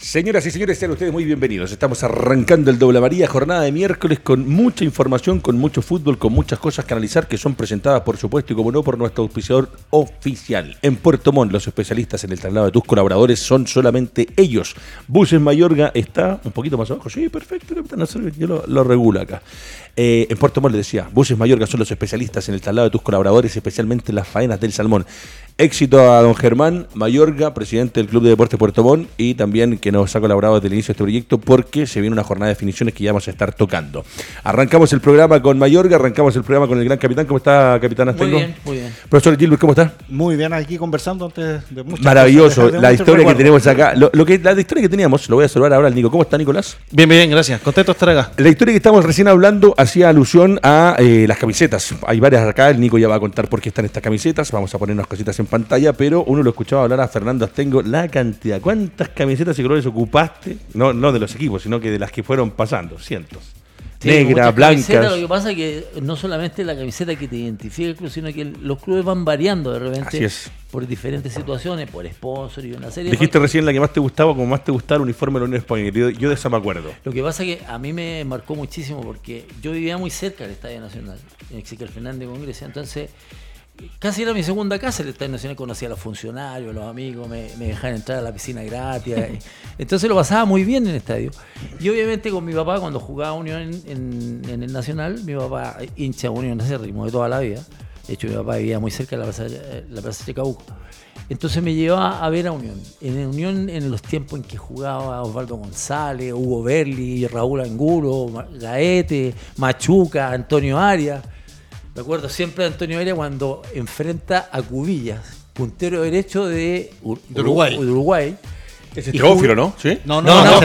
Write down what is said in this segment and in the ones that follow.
Señoras y señores, sean ustedes muy bienvenidos. Estamos arrancando el Doble Amarilla, jornada de miércoles con mucha información, con mucho fútbol, con muchas cosas que analizar que son presentadas, por supuesto, y como no, por nuestro auspiciador oficial. En Puerto Montt, los especialistas en el traslado de tus colaboradores son solamente ellos. Buses Mayorga está un poquito más abajo. Sí, perfecto, capitán, yo lo regulo acá. En Puerto Montt les decía, Buses Mayorga son los especialistas en el traslado de tus colaboradores, especialmente en las faenas del salmón. Éxito a don Germán Mayorga, presidente del Club de Deportes Puerto Montt, y también que nos ha colaborado desde el inicio de este proyecto, porque se viene una jornada de definiciones que ya vamos a estar tocando. Arrancamos el programa con Mayorga, arrancamos el programa con el gran capitán. ¿Cómo está, capitán Astengo? Muy bien, muy bien. Profesor Gilbert, ¿cómo está? Muy bien, aquí conversando antes de muchas Maravilloso, cosas, de la muchos historia que recuerdos. tenemos acá. La historia que teníamos, lo voy a saludar ahora al Nico. ¿Cómo está, Nicolás? Bien, bien, gracias. Contento de estar acá. La historia que estamos recién hablando hacía alusión a las camisetas. Hay varias acá, el Nico ya va a contar por qué están estas camisetas. Vamos a poner unas cositas en pantalla, pero uno lo escuchaba hablar a Fernando Astengo, la cantidad, cuántas camisetas y colores ocupaste, no de los equipos, sino que de las que fueron pasando, cientos. Sí, Negra, muchas blancas. camisetas. Lo que pasa es que no solamente la camiseta que te identifica el club, sino que los clubes van variando de repente. Así es. Por diferentes situaciones, por sponsor y una serie Dijiste de recién la que más te gustaba, como más te gustaba el uniforme de la Unión Española. Yo de esa me acuerdo. Lo que pasa es que a mí me marcó muchísimo porque yo vivía muy cerca del Estadio Nacional, en Ezequiel Fernández con Grecia, entonces casi era mi segunda casa el Estadio Nacional. Conocía a los funcionarios, a los amigos, me dejaban entrar a la piscina gratis. Entonces lo pasaba muy bien en el estadio. Y obviamente con mi papá, cuando jugaba Unión en el Nacional, mi papá hincha Unión acérrimo de toda la vida. De hecho, mi papá vivía muy cerca de la plaza Chacabuco. Entonces me llevaba a ver a Unión. En Unión, en los tiempos en que jugaba Osvaldo González, Hugo Berli, Raúl Angulo, Gaete, Machuca, Antonio Arias. Me acuerdo siempre de Antonio Arias cuando enfrenta a Cubillas, puntero derecho de Uruguay. Ese es Teófilo, ¿no? ¿Sí? No,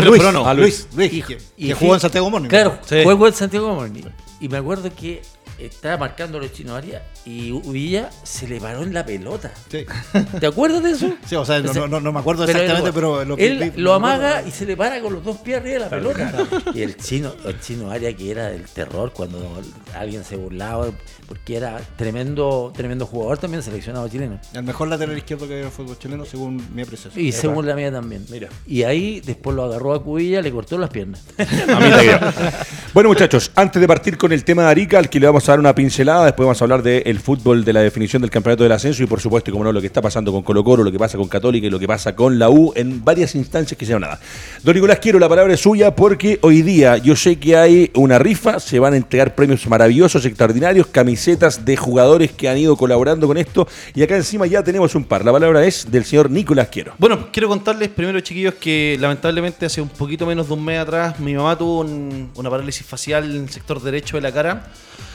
Luis, que jugó en Santiago Morning. Claro, Sí. jugó en Santiago Morning. Y me acuerdo que estaba marcando los Chino Arias y Villa se le paró en la pelota. Sí. ¿Te acuerdas de eso? Sí, o sea, no me acuerdo Pero exactamente, pero él lo me amaga acuerdo. y se le para con los dos pies arriba de la pelota. Y el chino Arias, que era del terror cuando alguien se burlaba, porque era tremendo jugador, también seleccionado chileno. El mejor lateral izquierdo que hay en el fútbol chileno, según mi apreciación. Y según la mía también. Mira. Y ahí después lo agarró a Cubilla, le cortó las piernas. A mí te creo. Bueno, muchachos, antes de partir con el tema de Arica, al que le vamos a dar una pincelada, después vamos a hablar del fútbol, de la definición del campeonato del ascenso y, por supuesto, como no, lo que está pasando con Colo-Colo, lo que pasa con Católica y lo que pasa con la U en varias instancias que se llaman nada. Don Nicolás, quiero la palabra es suya porque hoy día yo sé que hay una rifa, se van a entregar premios maravillosos, extraordinarios, camisetas de jugadores que han ido colaborando con esto y acá encima ya tenemos un par. La palabra es del señor Nicolás Quiero. Bueno, quiero contarles primero, chiquillos, que lamentablemente hace un poquito menos de un mes atrás mi mamá tuvo una parálisis facial en el sector derecho de la cara.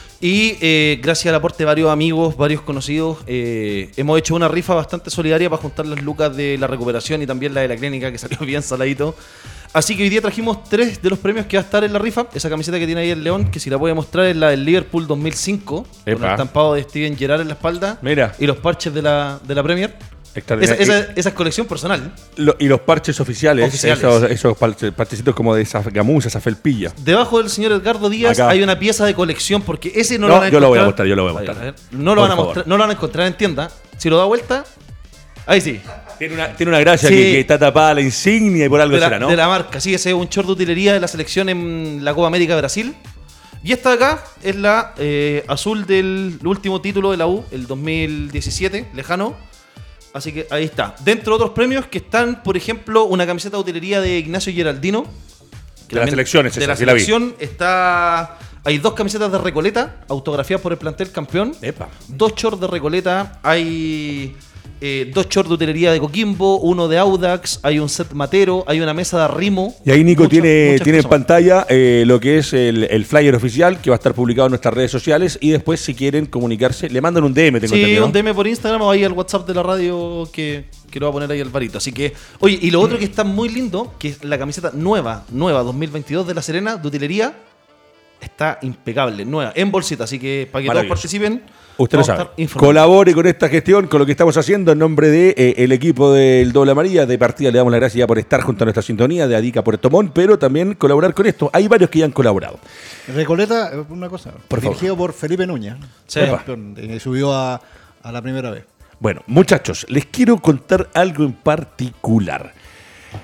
Y gracias al aporte de varios amigos, varios conocidos, hemos hecho una rifa bastante solidaria para juntar las lucas de la recuperación y también la de la clínica, que salió bien saladito. Así que hoy día trajimos 3 de los premios que va a estar en la rifa. Esa camiseta que tiene ahí el León, que si la puede mostrar, es la del Liverpool 2005, con el estampado de Steven Gerrard en la espalda. Mira. Y los parches de la Premier. Esa es colección personal. Y los parches oficiales. Esos parchecitos como de esas gamuzas, esas felpillas. Debajo del señor Edgardo Díaz Acá hay una pieza de colección, porque ese no lo van a encontrar. Yo lo voy a mostrar. No lo van a encontrar en tienda. Si lo da vuelta, ahí sí. Tiene una gracia Sí. que está tapada la insignia y por algo será, ¿no? De la marca, sí, ese es un short de utilería de la selección en la Copa América de Brasil. Y esta de acá es la azul del último título de la U, el 2017, lejano. Así que ahí está. Dentro de otros premios que están, por ejemplo, una camiseta de utilería de Ignacio Geraldino. De las selecciones, de la sí la vi. selección está. Hay 2 camisetas de Recoleta, autografiadas por el plantel campeón. Epa. 2 shorts de Recoleta. Hay 2 shorts de utilería de Coquimbo, 1 de Audax, hay un set matero, hay una mesa de arrimo. Y ahí Nico tiene en cosas. pantalla lo que es el flyer oficial que va a estar publicado en nuestras redes sociales y después si quieren comunicarse, le mandan un DM, tengo Sí, entendido, ¿no? un DM por Instagram o ahí al WhatsApp de la radio que lo va a poner ahí Alvarito. Así que, oye, y lo otro que está muy lindo, que es la camiseta nueva 2022 de La Serena, de utilería, está impecable, nueva, en bolsita. Así que para que todos participen, usted lo vamos a sabe. estar informando. Colabore con esta gestión, con lo que estamos haciendo en nombre de el equipo del Doble Amarilla. De partida le damos las gracias ya por estar junto a nuestra sintonía de Adica Puerto Montt, pero también colaborar con esto. Hay varios que ya han colaborado. Recoleta, una cosa, Por favor. dirigido por Felipe Núñez, Sí. campeón, subió a la primera vez. Bueno, muchachos, les quiero contar algo en particular.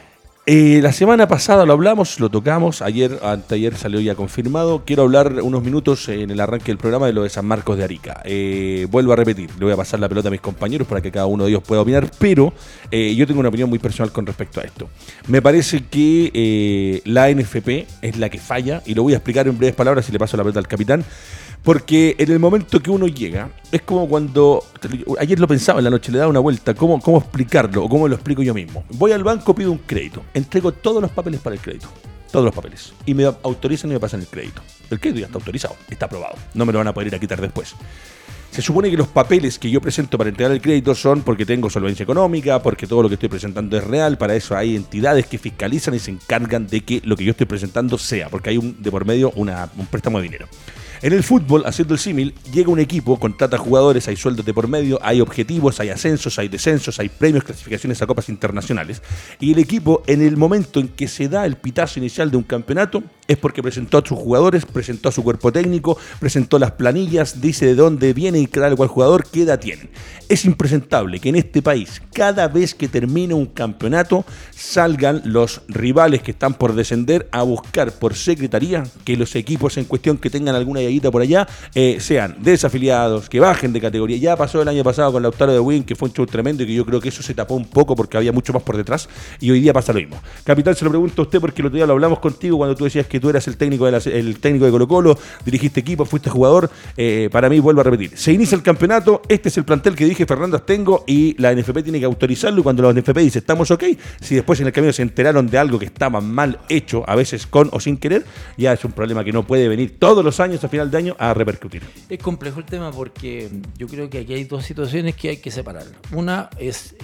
La semana pasada lo hablamos, lo tocamos, anteayer salió ya confirmado. Quiero hablar unos minutos en el arranque del programa de lo de San Marcos de Arica. Vuelvo a repetir, le voy a pasar la pelota a mis compañeros para que cada uno de ellos pueda opinar, pero yo tengo una opinión muy personal con respecto a esto. Me parece que la NFP es la que falla, y lo voy a explicar en breves palabras y le paso la pelota al capitán. Porque en el momento que uno llega, es como cuando, ayer lo pensaba en la noche, le daba una vuelta, ¿cómo explicarlo o cómo lo explico yo mismo? Voy al banco, pido un crédito, entrego todos los papeles para el crédito, todos los papeles, y me autorizan y me pasan el crédito. El crédito ya está autorizado, está aprobado, no me lo van a poder ir a quitar después. Se supone que los papeles que yo presento para entregar el crédito son porque tengo solvencia económica, porque todo lo que estoy presentando es real. Para eso hay entidades que fiscalizan y se encargan de que lo que yo estoy presentando sea, porque hay de por medio un préstamo de dinero. En el fútbol, haciendo el símil, llega un equipo, contrata jugadores, hay sueldos de por medio, hay objetivos, hay ascensos, hay descensos, hay premios, clasificaciones a copas internacionales. Y el equipo, en el momento en que se da el pitazo inicial de un campeonato, es porque presentó a sus jugadores, presentó a su cuerpo técnico, presentó las planillas, dice de dónde viene y cada cual jugador, qué edad tienen. Es impresentable que en este país, cada vez que termine un campeonato, salgan los rivales que están por descender a buscar por secretaría que los equipos en cuestión que tengan alguna llaguita por allá sean desafiliados, que bajen de categoría. Ya pasó el año pasado con Lautaro de Win, que fue un show tremendo y que yo creo que eso se tapó un poco porque había mucho más por detrás, y hoy día pasa lo mismo. Capitán, se lo pregunto a usted porque el otro día lo hablamos contigo cuando tú decías que tú eras el técnico de Colo-Colo, dirigiste equipo, fuiste jugador. Para mí, vuelvo a repetir, se inicia el campeonato, este es el plantel que dije Fernando Astengo, y la NFP tiene que autorizarlo, y cuando la NFP dice estamos ok, si después en el camino se enteraron de algo que estaba mal hecho, a veces con o sin querer, ya es un problema que no puede venir todos los años a final de año a repercutir. Es complejo el tema porque yo creo que aquí hay dos situaciones que hay que separar. Una es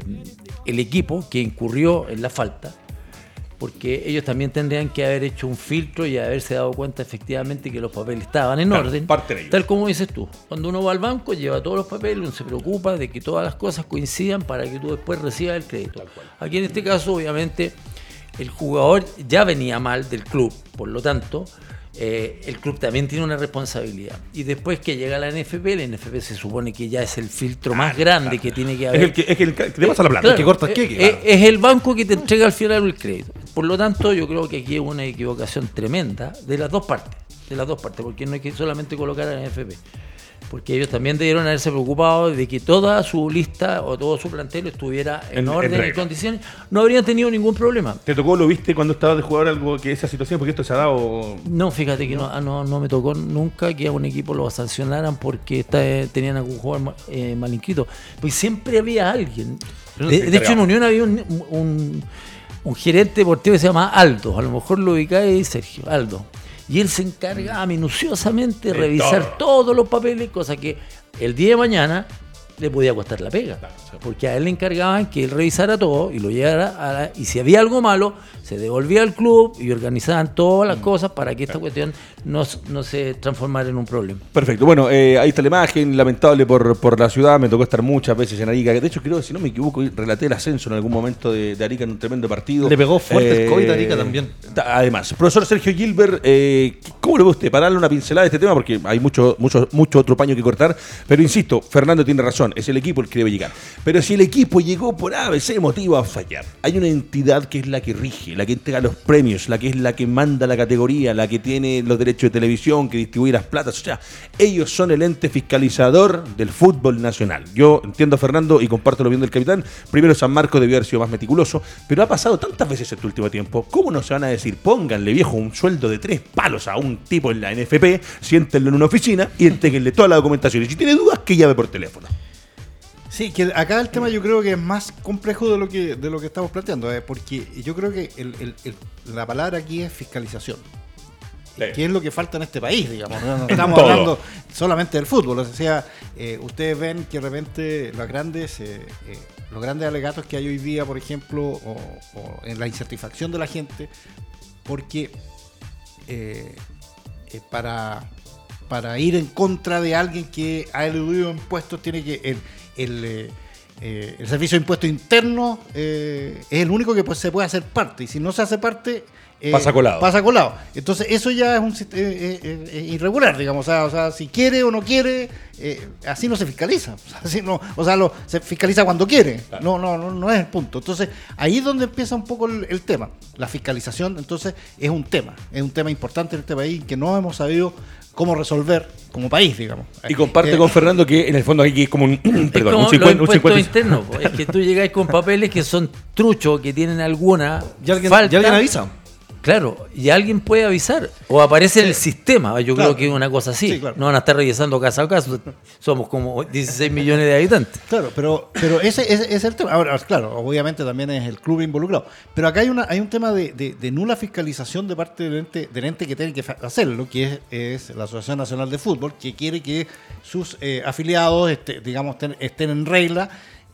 el equipo que incurrió en la falta, porque ellos también tendrían que haber hecho un filtro y haberse dado cuenta efectivamente que los papeles estaban en orden, tal como dices tú. Cuando uno va al banco, lleva todos los papeles, uno se preocupa de que todas las cosas coincidan para que tú después recibas el crédito. Aquí en este caso, obviamente, el jugador ya venía mal del club, por lo tanto, el club también tiene una responsabilidad. Y después que llega la NFP se supone que ya es el filtro más grande que tiene que haber. Es el que te pasa la plata, claro, el que corta el queque. Es el banco que te entrega al final el crédito. Por lo tanto, yo creo que aquí es una equivocación tremenda de las dos partes, porque no hay que solamente colocar a la NFP. Porque ellos también debieron haberse preocupado de que toda su lista o todo su plantel estuviera en orden y condiciones. No habrían tenido ningún problema. ¿Te tocó, lo viste cuando estabas de jugador algo que esa situación? Porque esto se ha dado... No, fíjate que no me tocó nunca que a un equipo lo sancionaran porque tenían algún jugador mal inscrito. Pues siempre había alguien. De hecho, en Unión había un gerente deportivo que se llama Aldo. A lo mejor lo ubicáis, Sergio, Aldo. Y él se encargaba minuciosamente de revisar todos los papeles, cosa que el día de mañana le podía costar la pega. Porque a él le encargaban que él revisara todo y lo llevara y si había algo malo, se devolvía al club y organizaban todas las cosas para que esta cuestión no se transformara en un problema. Perfecto. Bueno, ahí está la imagen, lamentable por la ciudad. Me tocó estar muchas veces en Arica. De hecho, creo que si no me equivoco, relaté el ascenso en algún momento de Arica en un tremendo partido. Le pegó fuerte el COVID a Arica también. Además, profesor Sergio Gilbert, ¿cómo lo ve usted? Para darle una pincelada de este tema, porque hay mucho otro paño que cortar. Pero insisto, Fernando tiene razón, es el equipo el que debe llegar. Pero si el equipo llegó por ABC motivo a fallar, hay una entidad que es la que rige, la que entrega los premios, la que manda la categoría, la que tiene los derechos de televisión, que distribuye las platas. O sea, ellos son el ente fiscalizador del fútbol nacional. Yo entiendo, Fernando, y comparto lo bien del capitán. Primero, San Marcos debió haber sido más meticuloso, pero ha pasado tantas veces este último tiempo. ¿Cómo no se van a decir, pónganle, viejo, un sueldo de 3 palos a un tipo en la NFP, siéntenlo en una oficina y entréguenle toda la documentación? Y si tiene dudas, que llame por teléfono. Sí, que acá el tema yo creo que es más complejo de lo que estamos planteando, porque yo creo que la palabra aquí es fiscalización. Sí. Que es lo que falta en este país, digamos. No estamos hablando solamente del fútbol. O sea, ustedes ven que de repente los grandes alegatos que hay hoy día, por ejemplo, o en la insatisfacción de la gente, porque para ir en contra de alguien que ha eludido impuestos tiene que el servicio de impuestos internos es el único que se puede hacer parte. Y si no se hace parte, pasa colado. Entonces eso ya es un irregular, digamos. O sea, si quiere o no quiere, así no se fiscaliza. Se fiscaliza cuando quiere. Claro. No es el punto. Entonces ahí es donde empieza un poco el tema. La fiscalización, entonces, es un tema importante en este país que no hemos sabido cómo resolver como país, digamos. Y comparte con Fernando que en el fondo aquí es como un 50 interno. Es que tú llegáis con papeles que son truchos, que tienen alguna falta. ¿Ya alguien avisa? Claro, y alguien puede avisar. O aparece en el sistema. Yo creo que es una cosa así. Sí, claro. No van a estar revisando caso a caso. Somos como 16 millones de habitantes. Claro, pero ese es el tema. Ahora, claro, obviamente también es el club involucrado. Pero acá hay un tema de nula fiscalización de parte del ente que tiene que hacerlo, que es la Asociación Nacional de Fútbol, que quiere que sus afiliados estén en regla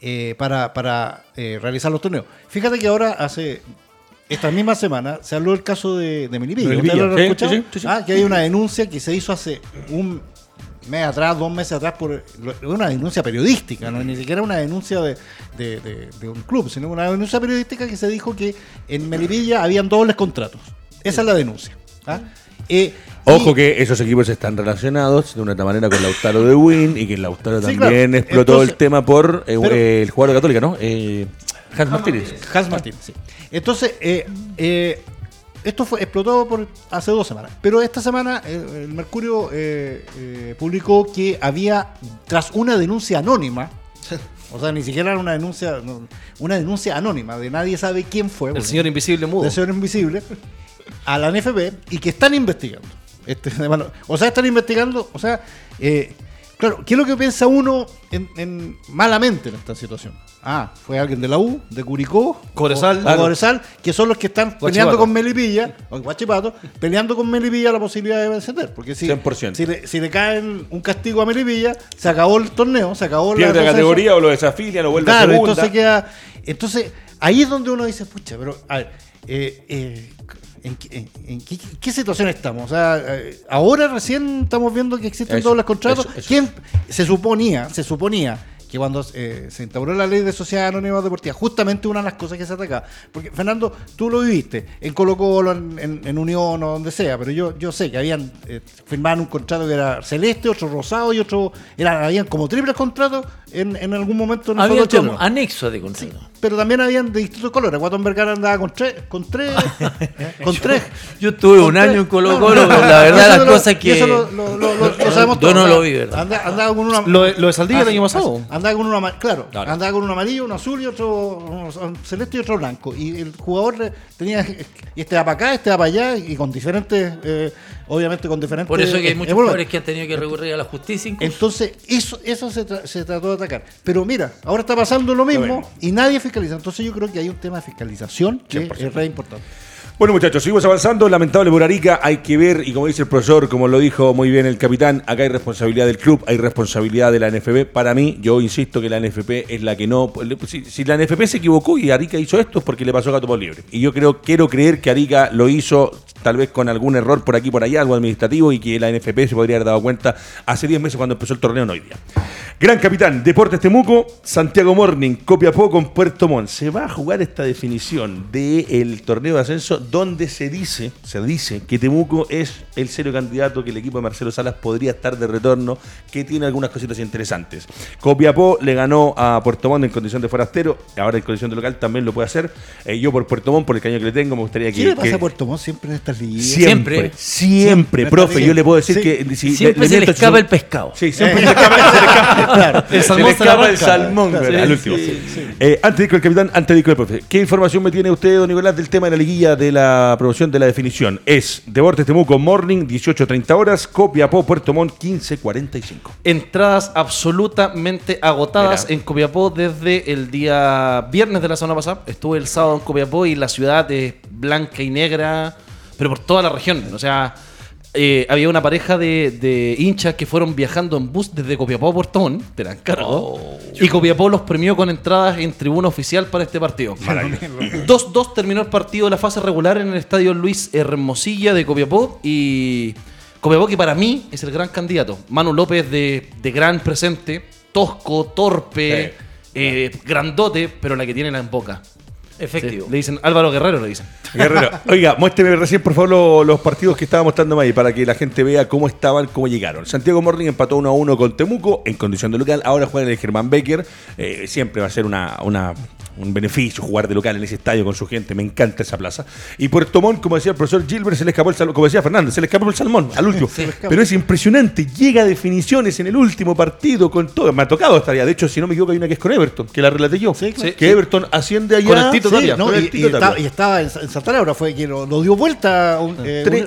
para realizar los torneos. Fíjate que ahora esta misma semana se habló del caso de Melipilla. ¿Usted lo ha escuchado? Sí. Que hay una denuncia que se hizo hace un mes atrás, 2 meses atrás, por una denuncia periodística, ¿no? Ni siquiera una denuncia de un club, sino una denuncia periodística que se dijo que en Melipilla habían dobles contratos. Esa es la denuncia. Ojo que esos equipos están relacionados de una manera con Lautaro de Win y que Lautaro también explotó el tema por el jugador de Católica, ¿no? Hans Martínez. Sí. Entonces, esto explotó hace 2 semanas. Pero esta semana el Mercurio publicó que tras una denuncia anónima, o sea, ni siquiera era una denuncia anónima, de nadie sabe quién fue. El señor invisible mudo. El señor invisible, a la NFP, y que están investigando. Están investigando, claro, ¿qué es lo que piensa uno malamente en esta situación? Fue alguien de la U, de Curicó, Cobresal, que son los que están peleando con Melipilla, o Huachipato, peleando con Melipilla la posibilidad de descender. Porque si le caen un castigo a Melipilla, se acabó el torneo, se acabó pierde la categoría o lo desafilian o vuelve a segunda. Entonces ahí es donde uno dice, pucha, pero a ver, ¿en qué situación estamos? O sea, ahora recién estamos viendo que existen dobles contratos. ¿Quién se suponía que cuando se instauró la ley de sociedades anónimas deportivas, justamente una de las cosas que se atacaba? Porque, Fernando, tú lo viviste en Colo-Colo, en Unión o donde sea, pero yo sé que habían firmado un contrato que era celeste, otro rosado y otro... habían como triples contratos en algún momento. Había como anexos de contrato. Sí, pero también habían de distintos colores. Guatón Vergara andaba con tres. Yo estuve un año en Colo-Colo, pero la verdad las cosas que... Eso lo sabemos todos. Yo no lo vi, ¿verdad? Andaba con una... Lo de Saldivia el año pasado. Andaba con andaba con un amarillo, un azul y otro un celeste y otro blanco. Y el jugador tenía... Y este va para acá, este va para allá, y con diferentes... obviamente con diferentes... Por eso que hay muchos jugadores que han tenido que recurrir a la justicia incluso. Entonces, eso se trató de atacar. Pero mira, ahora está pasando lo mismo y nadie fiscaliza. Entonces yo creo que hay un tema de fiscalización que 100%. Es re importante. Bueno, muchachos, seguimos avanzando. Lamentable por Arica, hay que ver, y como dice el profesor, como lo dijo muy bien el capitán, acá hay responsabilidad del club, hay responsabilidad de la NFP. Para mí, yo insisto que la NFP es la que no... Si la NFP se equivocó y Arica hizo esto es porque le pasó gato por liebre. Y yo quiero creer que Arica lo hizo tal vez con algún error por aquí por allá, algo administrativo, y que la NFP se podría haber dado cuenta hace 10 meses cuando empezó el torneo, no hoy día. Gran capitán, Deportes Temuco, Santiago Morning, Copiapó con Puerto Montt. Se va a jugar esta definición del torneo de ascenso donde se dice que Temuco es el serio candidato, que el equipo de Marcelo Salas podría estar de retorno, que tiene algunas cositas interesantes. Copiapó le ganó a Puerto Montt en condición de forastero, ahora en condición de local también lo puede hacer. Yo por Puerto Montt, por el cariño que le tengo, me gustaría que... ¿Qué le pasa a Puerto Montt siempre en estas liguillas? Siempre, profe, yo le puedo decir que... Si siempre se le escapa el pescado. Sí, siempre se le escapa claro, el salmón al último. Antes de ir con el capitán, antes de ir con el profe, ¿qué información me tiene usted, don Nicolás, del tema de la liguilla de la promoción de la definición? Es Deportes Temuco Morning, 18:30 horas, Copiapó, Puerto Montt, 15:45. Entradas absolutamente agotadas en Copiapó desde el día viernes de la semana pasada. Estuve el sábado en Copiapó y la ciudad es blanca y negra, pero por toda la región. O sea, había una pareja de hinchas que fueron viajando en bus desde Copiapó a Puerto Montt, te la encargo, y Copiapó los premió con entradas en tribuna oficial para este partido. 2-2 terminó el partido de la fase regular en el estadio Luis Hermosilla de Copiapó, y Copiapó, que para mí es el gran candidato. Manu López de gran presente, tosco, torpe, grandote, pero la que tiene la en boca. Efectivo. Sí, le dicen Álvaro Guerrero, le dicen. Guerrero, oiga, muéstreme recién por favor los partidos que estaba mostrando ahí para que la gente vea cómo estaban, cómo llegaron. Santiago Morning empató 1-1 con Temuco en condición de local. Ahora juega en el Germán Becker. Siempre va a ser un beneficio jugar de local en ese estadio con su gente. Me encanta esa plaza. Y Puerto Montt, como decía el profesor Gilbert, se le escapó el salmón. Como decía Fernando, se le escapó el salmón al último. Pero es impresionante. Llega a definiciones en el último partido con todo. Me ha tocado esta área. De hecho, si no me equivoco, hay una que es con Everton, que la relaté yo. Sí, claro. Que Everton asciende allá. Con el Tito Tapia. No, y estaba en Santa Laura, fue que lo dio vuelta con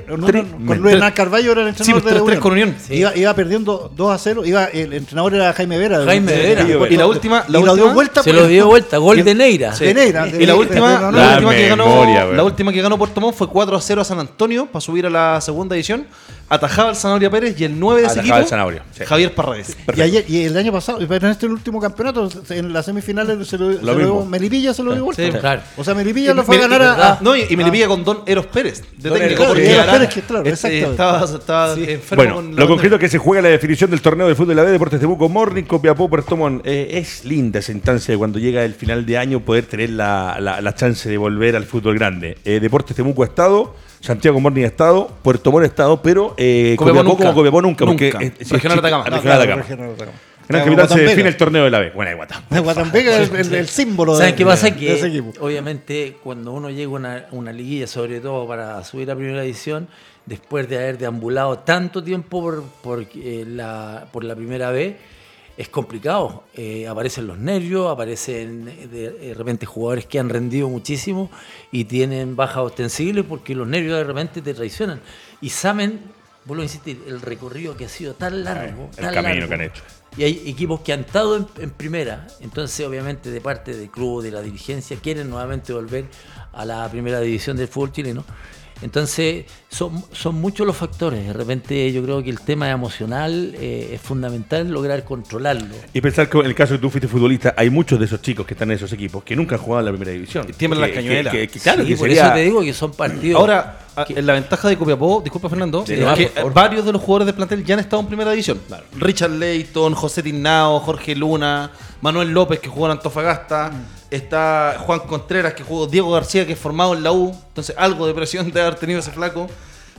Luis Hernán Carballo, era el entrenador de la 3 con Unión. Sí. Iba perdiendo 2-0, el entrenador era Jaime Vera. Jaime Vera. Y la última lo dio vuelta. Se lo dio vuelta, gol de Neira. De Neira. Y la última memoria, la última que ganó Puerto Montt fue 4-0 a San Antonio para subir a la segunda edición. Atajaba el Zanahoria Pérez y el 9 de ese equipo, Javier Parragués. Y el año pasado, pero en este último campeonato, en las semifinales se lo dio Melipilla, se lo dio vuelta. Sí, claro. O sea, Melipilla lo fue a ganar y Melipilla con Don Eros Pérez de Don técnico. Eros Porque Pérez, que claro, estaba enfermo Bueno, con la lo concreto es que se juega la definición del torneo de fútbol de la B, Deportes Temuco, Morning, Copiapó, Puerto Montt. Es linda esa instancia de cuando llega el final de año poder tener la chance de volver al fútbol grande. Deportes Temuco ha estado, Santiago Morning ha estado, Puerto Montt ha estado, pero Copiapó nunca. Porque Regional Atacama. Regional Atacama. Gran Capital se define el torneo de la B. Buena de Guatán. Guatambega es el símbolo ¿Saben qué pasa? de ese Que equipo. obviamente cuando uno llega a una liguilla, sobre todo para subir a primera división, después de haber deambulado tanto tiempo por la primera B, es complicado. Aparecen los nervios, aparecen de repente jugadores que han rendido muchísimo y tienen bajas ostensibles porque los nervios de repente te traicionan. Y saben, vuelvo a insistir, el recorrido que ha sido tan largo. El camino que han hecho. Y hay equipos que han estado en primera, entonces obviamente de parte del club, de la dirigencia, quieren nuevamente volver a la primera división del fútbol chileno. Entonces son muchos los factores. De repente yo creo que el tema emocional es fundamental lograr controlarlo. Y pensar que en el caso de que tú fuiste futbolista, hay muchos de esos chicos que están en esos equipos que nunca han jugado en la primera división. Tiemblan las cañuelas. Claro, que por sería... eso te digo que son partidos. Ahora, la ventaja de Copiapó, disculpa Fernando, Sí, es que varios de los jugadores del plantel ya han estado en primera división. Claro. Richard Leighton, José Tignao, Jorge Luna, Manuel López, que jugó en Antofagasta, está Juan Contreras, que jugó, Diego García, que es formado en la U, entonces algo de presión de haber tenido ese flaco.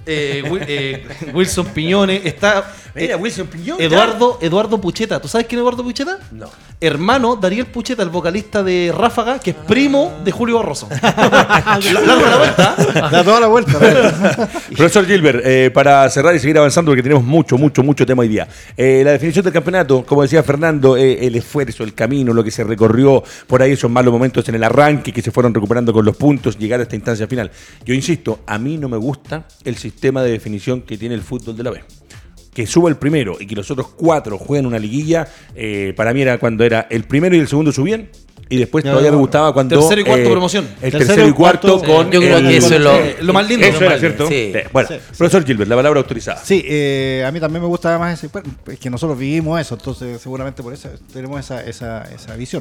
Wilson Piñones, está Wilson Piñón. Eduardo Pucheta. ¿Tú sabes quién es Eduardo Pucheta? No. Hermano Dariel Pucheta, el vocalista de Ráfaga, que es primo de Julio Barroso. La vuelta. Da toda la vuelta. Profesor Gilbert, para cerrar y seguir avanzando, porque tenemos mucho tema hoy día. La definición del campeonato, como decía Fernando, el esfuerzo, el camino, lo que se recorrió por ahí, esos malos momentos en el arranque que se fueron recuperando con los puntos, llegar a esta instancia final. Yo insisto, a mí no me gusta el sistema de definición que tiene el fútbol de la B. Que suba el primero y que los otros 4 jueguen una liguilla, para mí era cuando era el primero y el segundo subían, y después todavía me gustaba cuando... Tercero y cuarto promoción. El tercero y cuarto con... Yo creo que eso es lo más lindo. Eso era, ¿cierto? Sí. Bueno, profesor Gilbert, la palabra autorizada. Sí, a mí también me gusta más ese... Bueno, es que nosotros vivimos eso, entonces seguramente por eso tenemos esa visión.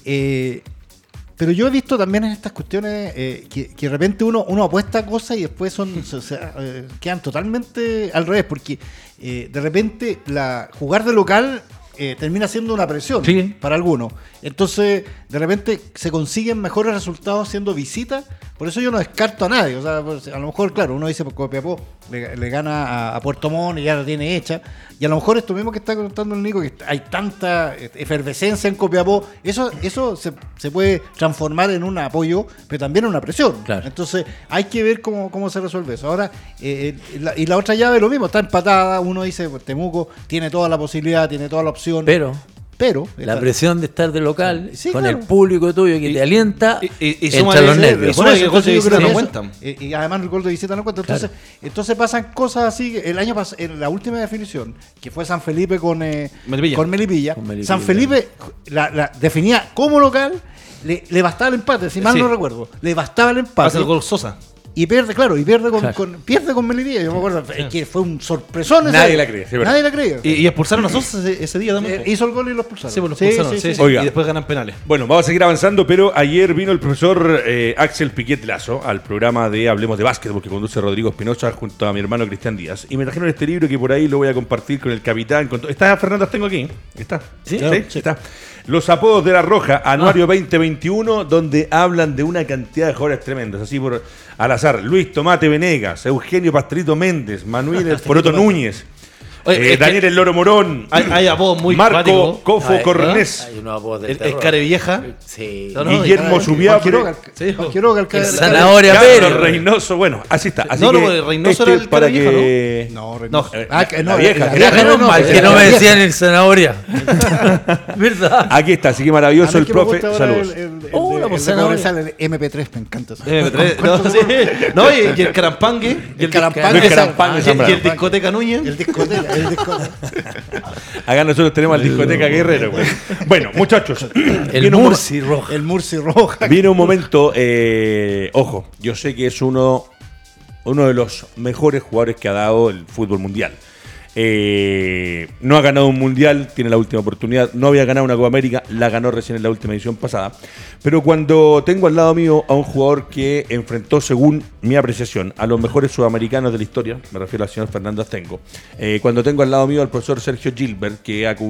Pero yo he visto también en estas cuestiones que de repente uno apuesta cosas y después quedan totalmente al revés, porque de repente jugar de local termina siendo una presión para algunos. Entonces, de repente se consiguen mejores resultados siendo visita. Por eso yo no descarto a nadie. O sea, pues, a lo mejor, claro, uno dice, pues Copiapó le gana a Puerto Montt y ya la tiene hecha. Y a lo mejor esto mismo que está contando el Nico, que hay tanta efervescencia en Copiapó, eso se puede transformar en un apoyo, pero también en una presión. Claro. Entonces, hay que ver cómo se resuelve eso. Ahora, y la otra llave lo mismo, está empatada. Uno dice, pues Temuco tiene toda la posibilidad, tiene toda la opción. Pero la presión de estar de local con claro. el público tuyo que te alienta y entra los nervios. Y además el gol de visita no cuenta. Entonces pasan cosas así. El año pasado, en la última definición, que fue San Felipe con Melipilla, San Felipe la definía como local, le bastaba el empate, si mal no recuerdo. Le bastaba el empate. Hace el gol Sosa. Y pierde, claro, pierde con Melipilla. Yo me acuerdo que fue un sorpresón. Nadie la creía. Nadie la creía. Y expulsaron a Sosa ese día también. Hizo el gol y lo expulsaron. Sí, pues lo expulsaron. Sí. Oiga. Y después ganan penales. Bueno, vamos a seguir avanzando, pero ayer vino el profesor Axel Piquet Lazo al programa de Hablemos de Básquetbol que conduce Rodrigo Espinosa junto a mi hermano Cristian Díaz. Y me trajeron este libro que por ahí lo voy a compartir con el capitán. ¿Está Fernando Astengo aquí? ¿Está? Sí. Está. Los apodos de la Roja, anuario 2021, donde hablan de una cantidad de jugadores tremendos. Así por al azar, Luis Tomate Venegas, Eugenio Pastorito Méndez, Manuel El Poroto Núñez, Daniel El Loro Morón, hay apodos muy Marco cuáticos. Cofo Cornés, Hay unos apodos del El terror. Carevieja. Sí. No, Guillermo Subiapre, El Zanahoria Carlos Pérez. Reynoso. Bueno, así está. Así No, que Reynoso era el para Carevieja, que... No, No, la vieja, Menos mal que no me decían el Zanahoria. ¿Verdad? Aquí está, así que maravilloso el profe. Saludos. Hola, pues, el MP3, me encanta eso. MP3. No, y el Carampangue. El Carampangue. Luis Carampangue, Y el Discoteca Núñez. El discoteca. Acá nosotros tenemos al discoteca Guerrero. Güey. Bueno, muchachos. El Murci Roja. El Murci Roja. Viene un momento, ojo, yo sé que es uno de los mejores jugadores que ha dado el fútbol mundial. No ha ganado un mundial, tiene la última oportunidad. No había ganado una Copa América, la ganó recién en la última edición pasada. Pero cuando tengo al lado mío a un jugador que enfrentó, según mi apreciación, a los mejores sudamericanos de la historia, me refiero al señor Fernando Astengo, cuando tengo al lado mío al profesor Sergio Gilbert, que ha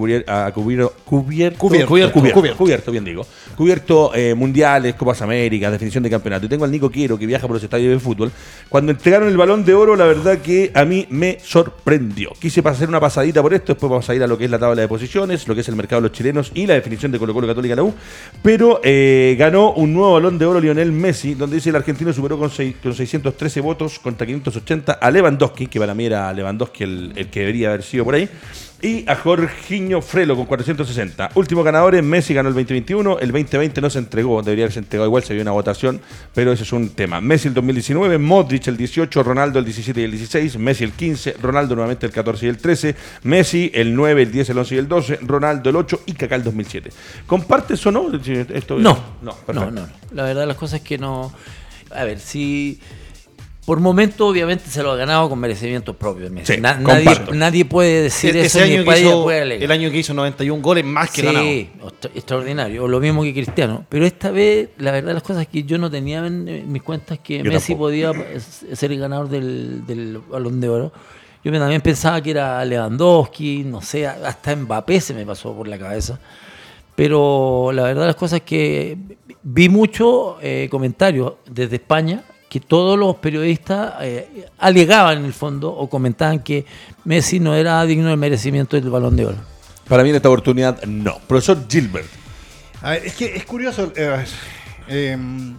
cubierto mundiales, Copas Américas, definición de campeonato, y tengo al Nico Quiero, que viaja por los estadios de fútbol, cuando entregaron el Balón de Oro, la verdad que a mí me sorprendió. Quise hacer una pasadita por esto, después vamos a ir a lo que es la tabla de posiciones, lo que es el mercado de los chilenos y la definición de Colo-Colo, Católica, la U, pero ganó un nuevo Balón de Oro Lionel Messi, donde dice el argentino superó con 613 votos contra 580 a Lewandowski, que para mí era Lewandowski el que debería haber sido por ahí, y a Jorginho Frelo con 460. Último ganador, Messi ganó el 2021, el 2020 no se entregó, debería haberse entregado igual, se vio una votación, pero ese es un tema. Messi el 2019, Modric el 18, Ronaldo el 17 y el 16, Messi el 15, Ronaldo nuevamente el 14 y el 13, Messi el 9, el 10, el 11 y el 12, Ronaldo el 8 y Kaká el 2007. ¿Compartes o no? Esto No. Perfecto. No. La verdad las cosas es que no... A ver, si... Por momento, obviamente, se lo ha ganado con merecimientos propios. Sí, nadie puede decir eso. Ese año puede alegar. el año que hizo 91 goles más que ganado. Sí, extraordinario. O lo mismo que Cristiano. Pero esta vez, la verdad, las cosas que yo no tenía en mis cuentas que Yo Messi tampoco. podía ser el ganador del Balón de Oro. Yo también pensaba que era Lewandowski, no sé, hasta Mbappé se me pasó por la cabeza. Pero la verdad, las cosas que vi muchos comentarios desde España que todos los periodistas alegaban en el fondo o comentaban que Messi no era digno del merecimiento del Balón de Oro. Para mí en esta oportunidad no. Profesor Gilbert. A ver, es que es curioso. A ver,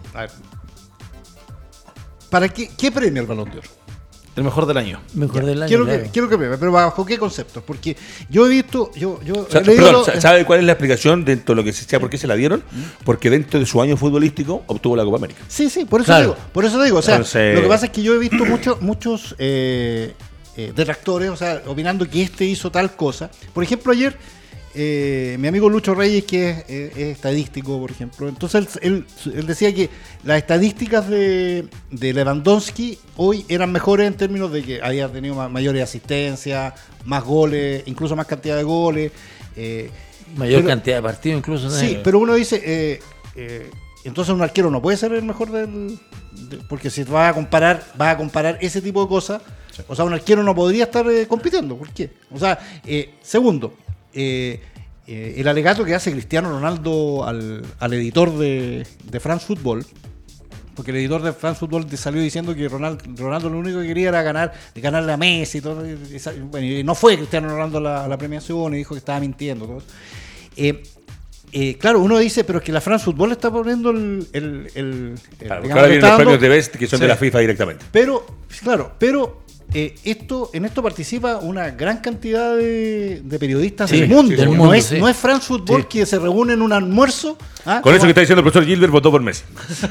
¿para qué premia el Balón de Oro? El mejor del año. Mejor del año. Quiero claro. que premie, pero bajo qué conceptos. Porque yo he visto. ¿Sabe cuál es la explicación dentro de lo que se por qué se la dieron? Porque dentro de su año futbolístico obtuvo la Copa América. Sí, por eso Claro. digo. O sea, Entonces- lo que pasa es que yo he visto muchos detractores, o sea, opinando que este hizo tal cosa. Por ejemplo, ayer, mi amigo Lucho Reyes, que es estadístico, por ejemplo, entonces él decía que las estadísticas de Lewandowski hoy eran mejores en términos de que había tenido mayores asistencias, más goles, incluso más cantidad de goles. Mayor cantidad de partidos incluso. Sí, pero uno dice, entonces un arquero no puede ser el mejor porque si vas a comparar ese tipo de cosas, o sea, un arquero no podría estar compitiendo. ¿Por qué? O sea, segundo, el alegato que hace Cristiano Ronaldo al editor de France Football, porque el editor de France Football salió diciendo que Ronaldo lo único que quería era ganarle a Messi y todo, y no fue Cristiano Ronaldo a la premiación y dijo que estaba mintiendo. Todo. Claro, uno dice, pero es que la France Football está poniendo Claro, digamos, ahora vienen está los dando- premios de Best que son de Sí. la FIFA directamente. Pero en esto participa una gran cantidad de periodistas Sí, del mundo. sí, del no, mundo, es, sí. no es France Football Sí. que se reúne en un almuerzo. Con eso que está diciendo el profesor Gilbert, votó por Messi.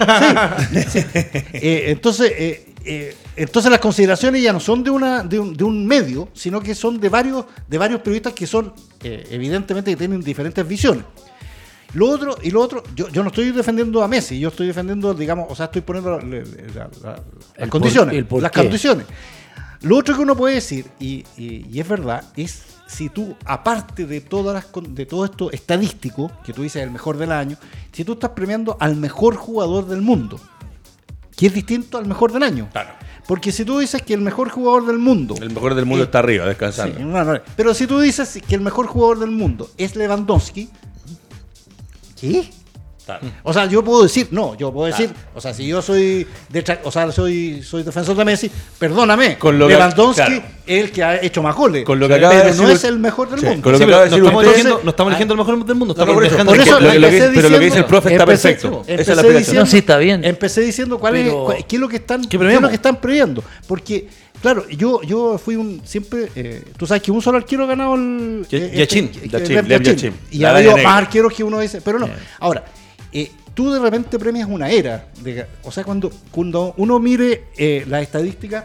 Entonces las consideraciones ya no son de un medio, sino que son de varios periodistas que son evidentemente que tienen diferentes visiones. Lo otro, yo no estoy defendiendo a Messi, yo estoy defendiendo, digamos, o sea, estoy poniendo las condiciones. Las condiciones. Lo otro que uno puede decir, y es verdad, es si tú, aparte de todo esto estadístico, que tú dices el mejor del año, si tú estás premiando al mejor jugador del mundo, que es distinto al mejor del año. Claro. Porque si tú dices que el mejor jugador del mundo... El mejor del mundo está arriba, descansando. Sí, no. Pero si tú dices que el mejor jugador del mundo es Lewandowski, ¿qué? Claro. O sea, yo puedo decir, o sea, si yo soy soy defensor de Messi, perdóname, Con lo Lewandowski claro. es el que ha hecho más goles, Con lo que acaba de pero no decir- es el mejor del Sí, mundo. con lo Sí, que pero acaba de decir usted- no estamos eligiendo el mejor del mundo, estamos por eso, dejando Por que- eso lo que empecé pero lo que dice el profe está empecé- perfecto. Esa es la empecé explicación. diciendo- No, sí, está bien. Empecé diciendo Pero- qué es lo que están, ¿Qué premiamos? previendo. Porque, claro, yo fui siempre, tú sabes que un solo arquero ha ganado el... Yachin. Lev Yachin. Y La ha araña habido negra. más arqueros que uno dice, pero no. Ahora, tú de repente premias una era. O sea, cuando uno mire las estadísticas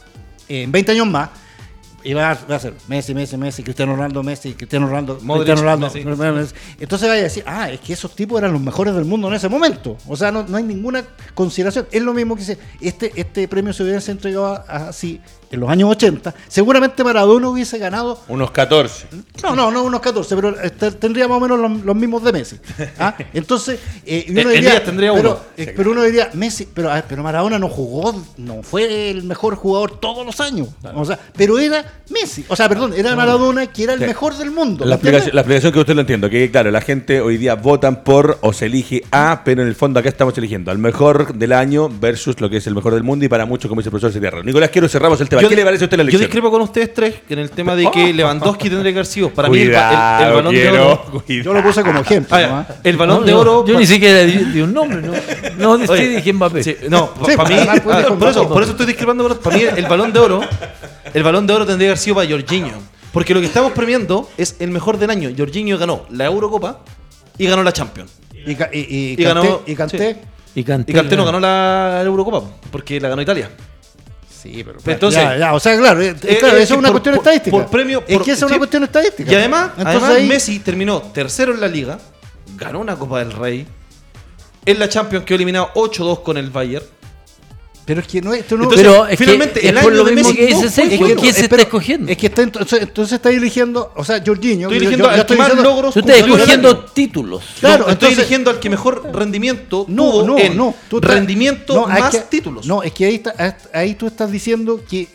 en 20 años más, y va a ser Messi, Cristiano Ronaldo, Modric, Cristiano Ronaldo. Messi. Messi. Entonces vaya a decir, es que esos tipos eran los mejores del mundo en ese momento. O sea, no hay ninguna consideración. Es lo mismo que dice, este premio se hubiese entregado así en los años 80. Seguramente Maradona hubiese ganado Unos 14. no unos 14, pero tendría más o menos los mismos de Messi. Entonces, y uno Elías tendría uno. pero uno diría, Messi, pero Maradona no jugó, no fue el mejor jugador todos los años. O sea, pero era Messi. O sea, perdón, era Maradona que era el Sí. mejor del mundo. La ¿me entiendes? explicación que usted lo entiendo, que claro, la gente hoy día votan por o se elige a, pero en el fondo acá estamos eligiendo al mejor del año versus lo que es el mejor del mundo y para muchos, como dice el profesor, sería raro. Nicolás, cerramos el tema. ¿Qué le parece a usted la Yo elección? discrepo con ustedes tres en el tema de que Lewandowski tendría que haber sido para mí el Cuidado, balón de quiero, oro. Yo lo puse como ejemplo. ¿no? El balón No, de oro. Yo ni siquiera di un nombre, no Oye, sí dije Mbappé. Sí, no, Sí, para mí, además puede ser por eso estoy discrepando. Para mí, el balón de oro tendría que haber sido para Jorginho. Porque lo que estamos premiando es el mejor del año. Jorginho ganó la Eurocopa y ganó la Champions. Y ganó- Canté. Y Kanté, Y Kanté no ganó la Eurocopa porque la ganó Italia. Sí, pero Entonces- o sea, claro, eso es una cuestión estadística. Por premio, es que esa es una sí. cuestión estadística. Y además ahí- Messi terminó tercero en la Liga, ganó una Copa del Rey. En la Champions quedó eliminado 8-2 con el Bayern. Pero es que no, esto no. Entonces, Pero es finalmente, que el es por año lo de mismo Messi que no dice fue Sergio. bueno. ¿Quién se está escogiendo? Es que entonces está eligiendo, o sea, Jorginho. Estoy eligiendo al que más logros. Tú estás cumplió en el escogiendo año. títulos. Claro, Estoy entonces- eligiendo al que mejor rendimiento No, tuvo no, en no. Tú estás- rendimiento no, es más que- títulos. No, es que ahí tú estás diciendo que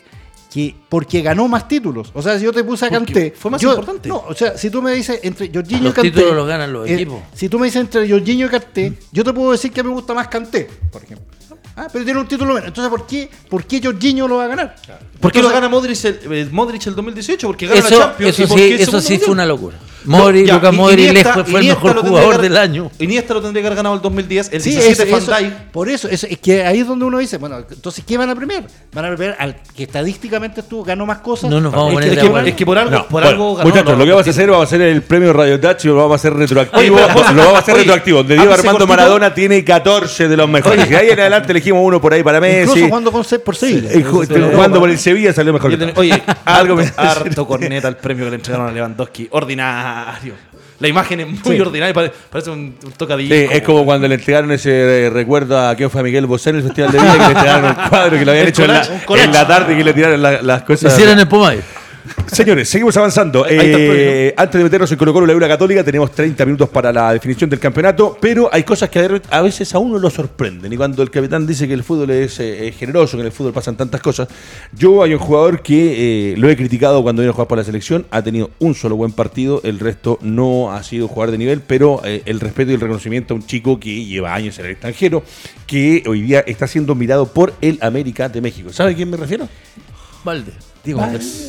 porque ganó más títulos. O sea, si yo te puse a Porque Kanté. fue más yo- importante. No, o sea, si tú me dices entre Jorginho y Los Kanté. títulos los ganan los equipos. Si tú me dices entre Jorginho y Kanté, yo te puedo decir que me gusta más Kanté, por ejemplo. Pero tiene un título menos. Entonces, ¿por qué Jorginho lo va a ganar? ¿Por qué lo Entonces- gana Modric el 2018? Porque gana la Champions. Eso ¿Y por qué sí, el eso segundo sí fue mundial? una locura. Lucas Modric lejos fue el mejor jugador del año. Iniesta lo tendría que haber ganado el 2010, el Sí, 17 eso, Van Dijk. por eso, es que ahí es donde uno dice, bueno, entonces, ¿qué van a premiar? Van a premiar al que estadísticamente ganó más cosas. No nos vamos a poner Es de que- acuerdo. Es que por algo, No, por bueno, algo ganó. muchachos, lo que vamos a hacer, vamos a hacer el premio Radio Touch y lo vamos a hacer retroactivo. Oye, pero- Lo vamos a hacer oye, retroactivo. De Diego ápice Armando cortito. Maradona tiene 14 de los mejores. Y de ahí en adelante elegimos uno por ahí para Messi. Incluso jugando por Sevilla. Jugando por el Sevilla salió mejor. Oye, Algo me- harto corneta el premio que le entregaron a Lewandowski. Ordinario. La imagen es muy ordinaria, parece un tocadillo. Sí, es como cuando le entregaron ese recuerdo a quién fue a Miguel Bosé en el Festival de Viña, que le entregaron el cuadro que lo habían El hecho collage, un collage. en la tarde y que le tiraron las Se cosas. hicieron el Pomayo. Señores, seguimos avanzando. Ahí está el premio. Antes de meternos en Colo-Colo la Eura Católica, tenemos 30 minutos para la definición del campeonato, pero hay cosas que a veces a uno lo sorprenden. Y cuando el capitán dice que el fútbol es generoso, que en el fútbol pasan tantas cosas, yo hay un jugador que lo he criticado cuando viene a jugar por la selección, ha tenido un solo buen partido, el resto no ha sido jugador de nivel, pero el respeto y el reconocimiento a un chico que lleva años en el extranjero, que hoy día está siendo mirado por el América de México. ¿Sabe a quién me refiero? Valde. Digo,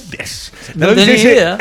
No tenía idea.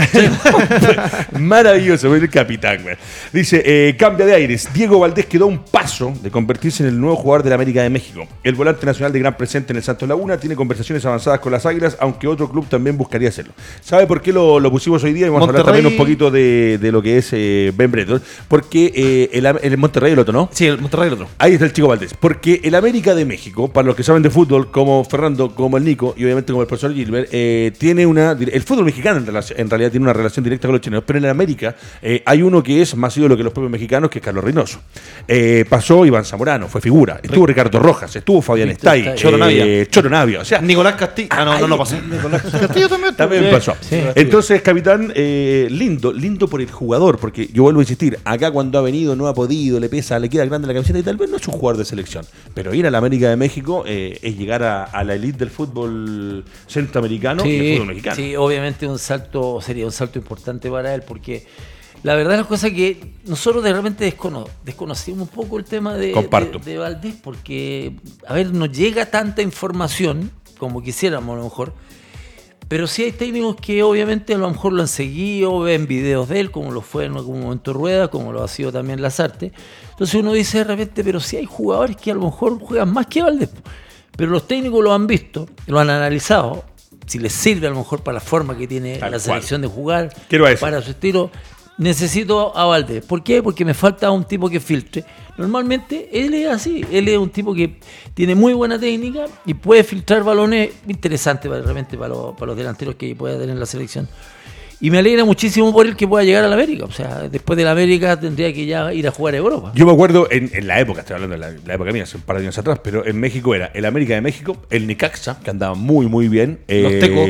Maravilloso, el capitán, güey. Dice, cambia de aires. Diego Valdés quedó a un paso de convertirse en el nuevo jugador de la América de México. El volante nacional de gran presente en el Santos Laguna tiene conversaciones avanzadas con las Águilas, aunque otro club también buscaría hacerlo. ¿Sabe por qué lo pusimos hoy día? Y vamos a hablar también un poquito de lo que es Ben Breton. Porque el Monterrey, el otro, ¿no? Sí, el Monterrey el otro. Ahí está el chico Valdés. Porque el América de México, para los que saben de fútbol, como Fernando, como el Nico y obviamente como el profesor Gilbert, tiene el fútbol mexicano en realidad tiene una relación directa con los chilenos, pero en América hay uno que es más ídolo que los propios mexicanos, que es Carlos Reynoso. Pasó Iván Zamorano, fue figura. Estuvo Ricardo Rojas, estuvo Fabián Estay, Choro Navia. O sea, Nicolás Castillo. No pasó. Nicolás Castillo también pasó. Sí. Entonces, capitán, lindo por el jugador, porque yo vuelvo a insistir, acá cuando ha venido no ha podido, le pesa, le queda grande la camiseta y tal vez no es un jugador de selección. Pero ir a la América de México es llegar a la elite del fútbol centroamericano y del fútbol mexicano. Sí, obviamente sería un salto importante para él, porque la verdad las cosas que nosotros de repente desconocimos un poco el tema de Valdés, porque, a ver, no llega tanta información como quisiéramos a lo mejor, pero sí hay técnicos que obviamente a lo mejor lo han seguido, ven videos de él, como lo fue en algún momento Rueda, como lo ha sido también Lazarte. Entonces uno dice de repente, pero sí hay jugadores que a lo mejor juegan más que Valdés, pero los técnicos lo han visto, lo han analizado, si les sirve a lo mejor para la forma que tiene la selección de jugar, para su estilo. Necesito a Valdés. ¿Por qué? Porque me falta un tipo que filtre. Normalmente él es así. Él es un tipo que tiene muy buena técnica y puede filtrar balones interesantes realmente para los delanteros que pueda tener la selección. Y me alegra muchísimo por él que pueda llegar a la América. O sea, después de la América tendría que ya ir a jugar a Europa. Yo me acuerdo en la época, estoy hablando de la época mía, hace un par de años atrás, pero en México era el América de México, el Necaxa, que andaba muy, muy bien. Los Tecos.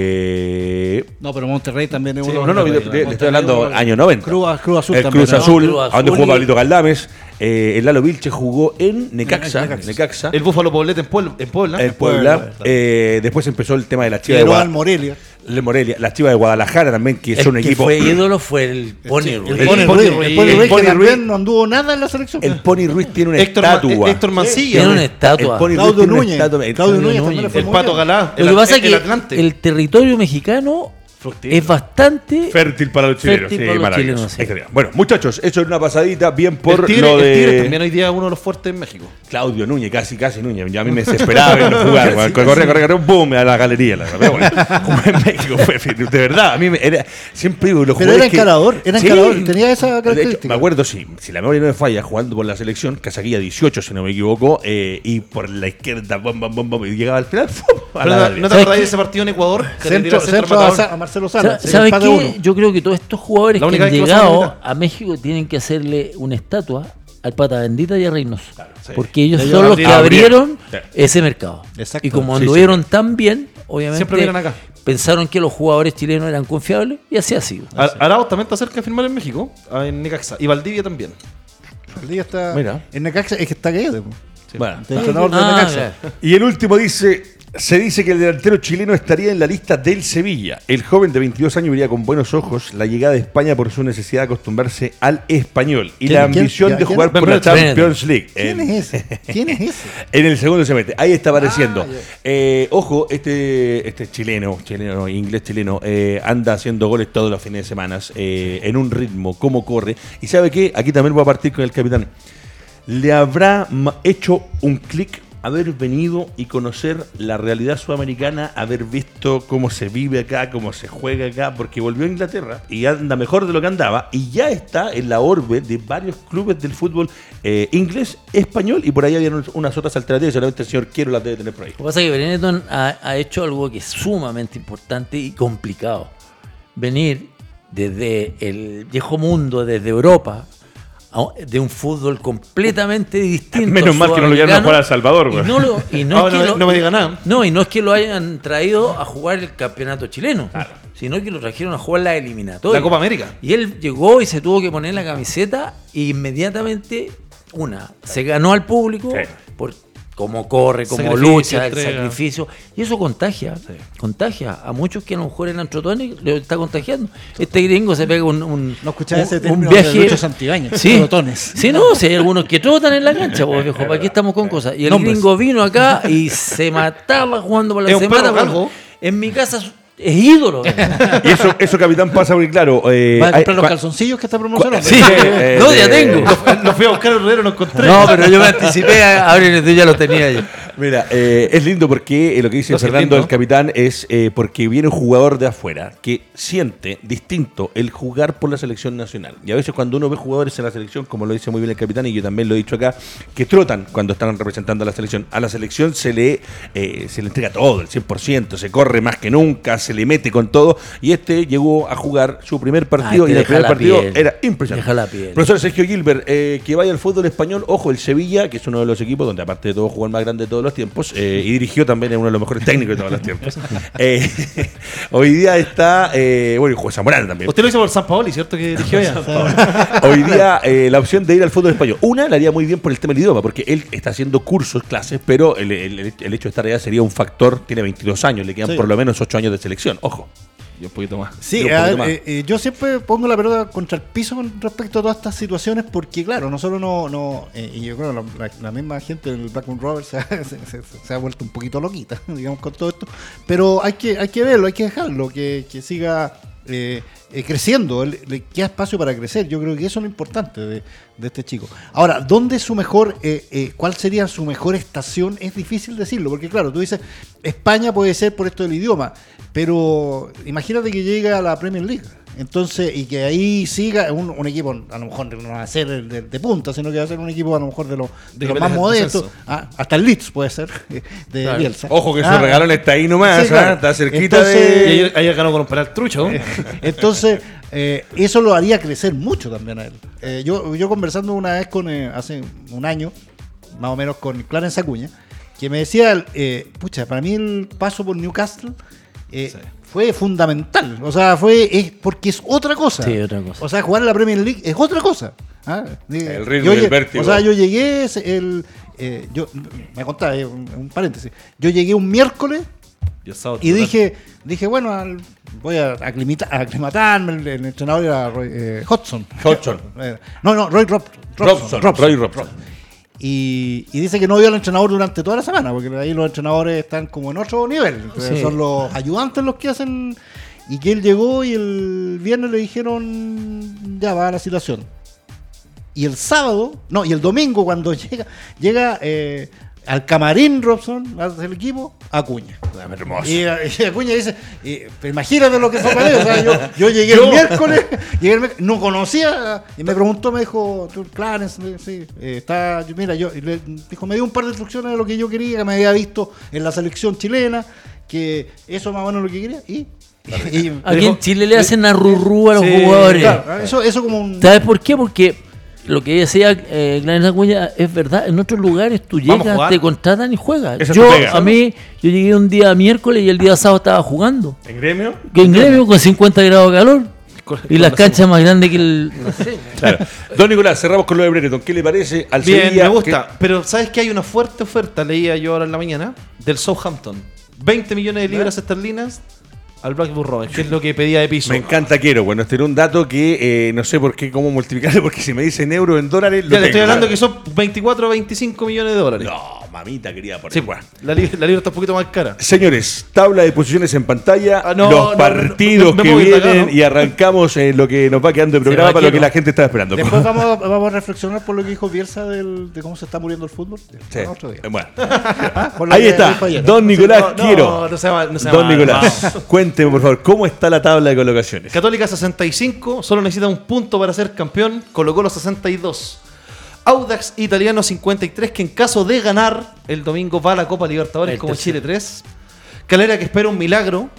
No, pero Monterrey también es uno. No, le estoy hablando año 90. Cruz Azul el también. Cruz Azul, Cruz a donde Azul jugó Pablito Galdames. El Lalo Vilche jugó en Necaxa. El Búfalo Poblete en Puebla. En Puebla. Después empezó el tema de la Chiva de Guadalajara. La Chiva de Guadalajara también, que es un equipo. El que fue ídolo fue el Pony Ruiz. El Pony Ruiz, que también no anduvo nada en la selección. El Pony Ruiz tiene una estatua. Héctor Mancilla. Tiene una estatua. El Pony Claudio Ruiz tiene una Núñez. estatua. Claudio Núñez también le fue El muy Pato bien. Galá. Lo que pasa es que Atlante. el territorio mexicano es bastante Fértil para los chilenos. Fértil para los maravilloso. chilenos, sí. Excelente. Bueno, muchachos, eso es una pasadita bien por el Tigre, lo de. el Tigre también hoy día uno de los fuertes en México. Claudio Núñez, casi Núñez. Ya a mí me desesperaba verlo jugar. Corre, boom, a la galería. Pero bueno, como en México fue, de verdad, a mí siempre digo, los Pero jugadores era encarador, tenía esa de hecho, característica. me acuerdo, si la memoria no me falla, jugando por la selección, Casaquilla 18, si no me equivoco, y por la izquierda, bom, y llegaba al final, ¿No te acordás de ese partido en Ecuador? Centro a Marcelo Sala. ¿Sabes qué? Yo creo que todos estos jugadores La que única han vez que llegado vas a México tienen que hacerle una estatua al Pata Bendita y a Reynoso. sí. Porque ellos Ellos son los que abrieron Sí. ese mercado. Exacto. Y como Sí, anduvieron tan bien, obviamente Siempre vienen acá. pensaron que los jugadores chilenos eran confiables y así ha sido. Arauz también está cerca de firmar en México, en Necaxa. Y Valdivia también. El día está Mira. en Necaxa, es que está caído. Bueno. Entrenador de Necaxa. Claro. Y el último se dice que el delantero chileno estaría en la lista del Sevilla. El joven de 22 años vería con buenos ojos la llegada de España por su necesidad de acostumbrarse al español y la ambición de jugar por la Champions League. ¿Quién es ese? En el segundo semestre. Ahí está apareciendo. Ojo, este inglés chileno, anda haciendo goles todos los fines de semana, en un ritmo, cómo corre. Y ¿sabe qué? Aquí también voy a partir con el capitán. Le habrá hecho un clic haber venido y conocer la realidad sudamericana, haber visto cómo se vive acá, cómo se juega acá, porque volvió a Inglaterra y anda mejor de lo que andaba y ya está en la orbe de varios clubes del fútbol inglés, español, y por ahí había unas otras alternativas, solamente el señor Quiero las debe tener por ahí. Lo que pasa es que Benetton ha hecho algo que es sumamente importante y complicado. Venir desde el viejo mundo, desde Europa, de un fútbol completamente distinto. Menos mal que no lo llevaron a jugar a El Salvador, güey. No me diga nada. No, y no es que lo hayan traído a jugar el campeonato chileno, sino que lo trajeron a jugar la eliminatoria. La Copa América. Y él llegó y se tuvo que poner la camiseta e inmediatamente se ganó al público por cómo corre, cómo lucha, el sacrificio. Y eso contagia a muchos que a lo mejor eran trotones, le está contagiando. Este gringo se pega un escuchaba ese término viaje. de Lucho Santibáñez, trotones. Sí, no, si hay algunos que trotan en la cancha, pues, viejo, ¿para qué estamos con cosas? Y el gringo vino acá y se mataba jugando por la semana. En mi casa es ídolo. Y eso capitán, pasa muy claro. ¿Va a comprar los calzoncillos que está promocionando? Sí, no, ya tengo. Lo fui a buscar al rodero, no encontré. No, pero yo me anticipé a abrir, ya lo tenía yo. Mira, es lindo porque lo que dice Fernando, el capitán, es porque viene un jugador de afuera que siente distinto el jugar por la selección nacional. Y a veces cuando uno ve jugadores en la selección, como lo dice muy bien el capitán, y yo también lo he dicho acá, que trotan cuando están representando a la selección se le entrega todo, el 100%, se corre más que nunca, se le mete con todo, y llegó a jugar su primer partido, y el primer partido era impresionante. Profesor Sergio Gilbert, que vaya al fútbol español, ojo, el Sevilla, que es uno de los equipos donde aparte de todo jugó el más grande de todos los tiempos, y dirigió también, es uno de los mejores técnicos de todos los tiempos. Hoy día está, bueno, y José Zamorano también. Usted lo hizo por San Paoli, ¿cierto? Que dirigió ya. Hoy día la opción de ir al fútbol español, le haría muy bien por el tema del idioma, porque él está haciendo cursos, clases, pero el hecho de estar allá sería un factor. Tiene 22 años, le quedan por lo menos 8 años de selección, ojo. Y un poquito más. Sí, yo siempre pongo la pelota contra el piso con respecto a todas estas situaciones, porque claro, nosotros y yo creo que la misma gente del Blackburn Rovers se ha vuelto un poquito loquita, digamos, con todo esto, pero hay que verlo, hay que dejarlo, que siga creciendo, le queda espacio para crecer. Yo creo que eso es lo importante de este chico. Ahora, ¿dónde es su mejor, cuál sería su mejor estación? Es difícil decirlo, porque claro, tú dices, España puede ser por esto del idioma, pero imagínate que llega a la Premier League, entonces, y que ahí siga un equipo, a lo mejor no va a ser de punta, sino que va a ser un equipo a lo mejor de los más modestos, hasta el Leeds puede ser, de Bielsa. Ojo que su regalo está ahí nomás, sí, claro. Está cerquita. Entonces, y ayer ganó con un penal trucho. Entonces, eso lo haría crecer mucho también a él. Yo conversando una vez hace un año, más o menos, con Clarence Acuña, que me decía, para mí el paso por Newcastle fue fundamental. O sea, porque es otra cosa. Sí, otra cosa. O sea, jugar en la Premier League es otra cosa. El ritmo y el vértigo. O sea, yo llegué, me contaba, un paréntesis, yo llegué un miércoles y dije, bueno, voy a aclimatarme. El entrenador era Hodgson. Roy Robson. Y dice que no vio al entrenador durante toda la semana, porque ahí los entrenadores están como en otro nivel. Entonces son los ayudantes los que hacen. Y que él llegó y el viernes le dijeron, ya va la situación. Y el domingo cuando llega al camarín Robson, al equipo, Acuña. Y Acuña dice, imagínate lo que fue para él. O sea, yo llegué el miércoles, no conocía, y me preguntó, me dijo, Clarence, sí, me dio un par de instrucciones de lo que yo quería, que me había visto en la selección chilena, que eso más o menos lo que quería, aquí en Chile le hacen arrurrú a los jugadores. Claro, eso como un... ¿Sabes por qué? Porque lo que decía Clarence Acuña es verdad. En otros lugares tú llegas, te contratan y juegas. Yo llegué un día miércoles y el día sábado estaba jugando. ¿En Gremio? En Gremio con 50 grados de calor. Y las canchas más grandes que el... No sé. Claro. Don Nicolás, cerramos con lo de Brereton. ¿Qué le parece al Bien, Sevilla? Me gusta. Pero ¿sabes que hay una fuerte oferta? Leía yo ahora en la mañana del Southampton. 20 millones de libras esterlinas al Blackburn Rovers, que es lo que pedía de piso. Me encanta, bueno, este era un dato que no sé por qué, cómo multiplicarlo, porque si me dicen euros en dólares... Ya le estoy hablando que son 24 o 25 millones de dólares. No, mamita querida, por sí, bueno, la libra está un poquito más cara. Señores, tabla de posiciones en pantalla, los partidos que vienen acá, ¿no? Y arrancamos en lo que nos va quedando de programa para lo que la gente está esperando. Después vamos a reflexionar por lo que dijo Bielsa de cómo se está muriendo el fútbol. Sí. Otro día. Bueno. Ahí está, Don Nicolás Quiero. Don Nicolás, cuénteme por favor, ¿cómo está la tabla de colocaciones? Católica 65, solo necesita un punto para ser campeón, Colo-Colo 62. Audax Italiano 53, que en caso de ganar el domingo va a la Copa Libertadores como Chile 3. Calera, que espera un milagro,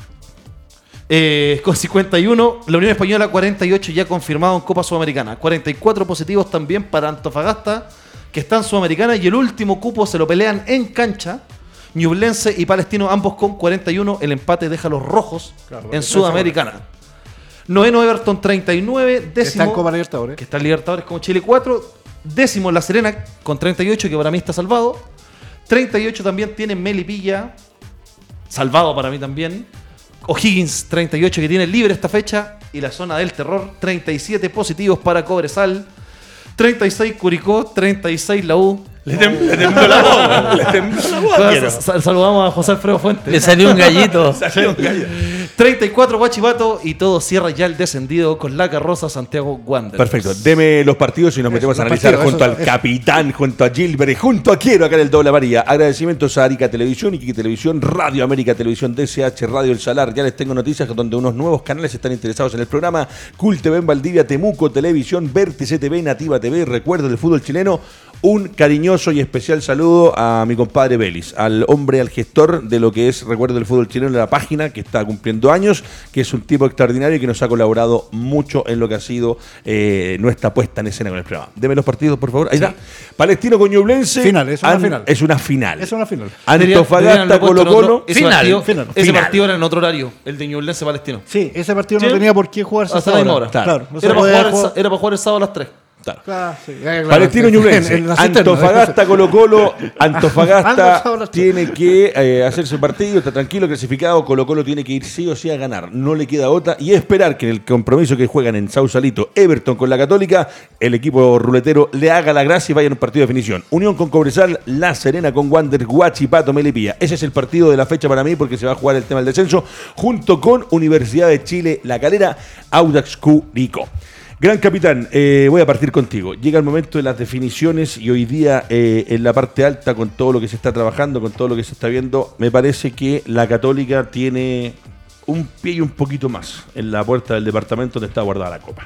con 51. La Unión Española 48, ya confirmado en Copa Sudamericana. 44 positivos también para Antofagasta, que está en Sudamericana, y el último cupo se lo pelean en cancha Ñublense y Palestino, ambos con 41. El empate deja a los rojos en Sudamericana. Noveno Everton 39, décimo, está en Copa Libertadores, que está en Libertadores como Chile 4. Décimo La Serena con 38, que para mí está salvado. 38 también tiene Melipilla, salvado para mí también. O'Higgins 38, que tiene libre esta fecha. Y la zona del terror, 37 positivos para Cobresal, 36 Curicó, 36 la U, Le tembló la voz. Le tembló la voz. Quiero. Saludamos a José Alfredo Fuentes. Le salió un gallito. Salió un gallo. 34 Guachipato y todo cierra ya el descendido con la carroza Santiago Wanderers. Perfecto. Deme los partidos y nos metemos a analizar junto al capitán, junto a Gilbert y junto a Quiero acá en el Doble María. Agradecimientos a Arica Televisión, Iquique Televisión, Radio América Televisión, DSH, Radio El Salar. Ya les tengo noticias donde unos nuevos canales están interesados en el programa. Cool TV en Valdivia, Temuco Televisión, Vértice TV, Nativa TV, Recuerdo del Fútbol Chileno. Un cariñoso y especial saludo a mi compadre Belis, al hombre, al gestor de lo que es Recuerdo del Fútbol Chileno, la página que está cumpliendo años, que es un tipo extraordinario y que nos ha colaborado mucho en lo que ha sido nuestra puesta en escena con el programa. Deme los partidos, por favor. Ahí está. Palestino con Ñublense. Final, es una final. Es una final. Es una final. Antofagasta, Colo-Colo. Ese Final. partido era en otro horario, el de Ñublense Palestino. Sí, ese partido no Sí. tenía por qué jugarse Hasta la misma hora. Claro. No se Era podía para jugar. jugar el sábado a las 3. Claro, sí. Palestino Ñublense. En la cisterna. Antofagasta, Colo-Colo. Anda, Antofagasta ahora. tiene que hacer su partido, está tranquilo, clasificado. Colo-Colo tiene que ir sí o sí a ganar. No le queda otra. Y esperar que en el compromiso que juegan en Sausalito, Everton con la Católica, el equipo ruletero le haga la gracia y vaya en un partido de definición. Unión con Cobresal, La Serena con Wander, Guachipato, Melipilla. Ese es el partido de la fecha para mí porque se va a jugar el tema del descenso junto con Universidad de Chile, La Calera, Audax Curicó. Gran capitán, voy a partir contigo. Llega el momento de las definiciones y hoy día en la parte alta, con todo lo que se está trabajando, con todo lo que se está viendo, me parece que la Católica tiene un pie y un poquito más en la puerta del departamento donde está guardada la copa.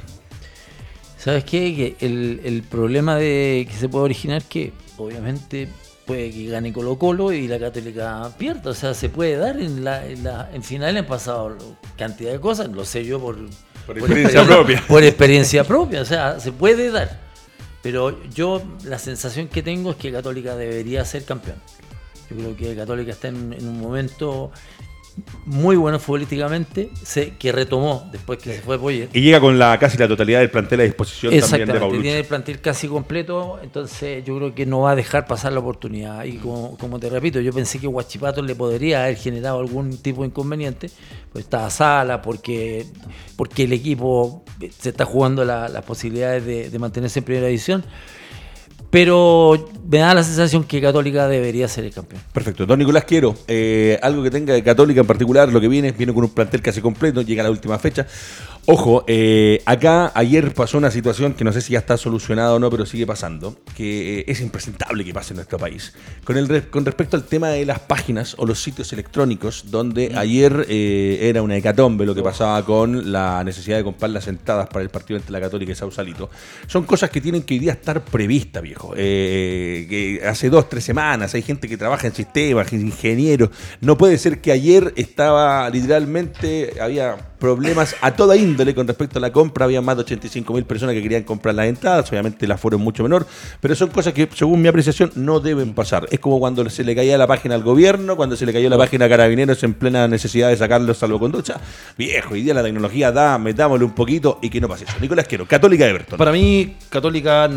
¿Sabes qué? Que el problema que se puede originar es que obviamente puede que gane Colo-Colo y la Católica pierda. O sea, se puede dar en finales han pasado cantidad de cosas, lo sé yo por experiencia propia. Por experiencia propia, o sea, se puede dar. Pero yo la sensación que tengo es que Católica debería ser campeón. Yo creo que Católica está en un momento muy bueno futbolísticamente, que retomó después que se fue Poyer. Y llega con casi la totalidad del plantel a disposición también de Paulucci. Tiene el plantel casi completo, entonces yo creo que no va a dejar pasar la oportunidad. Y como te repito, yo pensé que Huachipato le podría haber generado algún tipo de inconveniente, pues estaba Sala, porque el equipo se está jugando las posibilidades de mantenerse en primera división. Pero me da la sensación que Católica debería ser el campeón. Perfecto. Don Nicolás Quiero, algo que tenga de Católica en particular, lo que viene con un plantel casi completo, llega a la última fecha. Ojo, acá ayer pasó una situación que no sé si ya está solucionada o no, pero sigue pasando, que es impresentable que pase en nuestro país. Con respecto al tema de las páginas o los sitios electrónicos, donde ayer era una hecatombe lo que pasaba con la necesidad de comprar las entradas para el partido entre la Católica y Sausalito. Son cosas que tienen que hoy día estar previstas, viejo. Que hace 2-3 semanas hay gente que trabaja en sistemas, ingenieros. No puede ser que ayer estaba literalmente, había problemas a toda índole con respecto a la compra. Había más de 85.000 personas que querían comprar las entradas. Obviamente las fueron mucho menor, pero son cosas que, según mi apreciación, no deben pasar. Es como cuando se le caía la página al gobierno, cuando se le cayó la página a Carabineros en plena necesidad de sacar los salvoconductos. Viejo, hoy día la tecnología metámosle un poquito y que no pase eso. Nicolás Quiero, Católica Everton. Para mí, Católica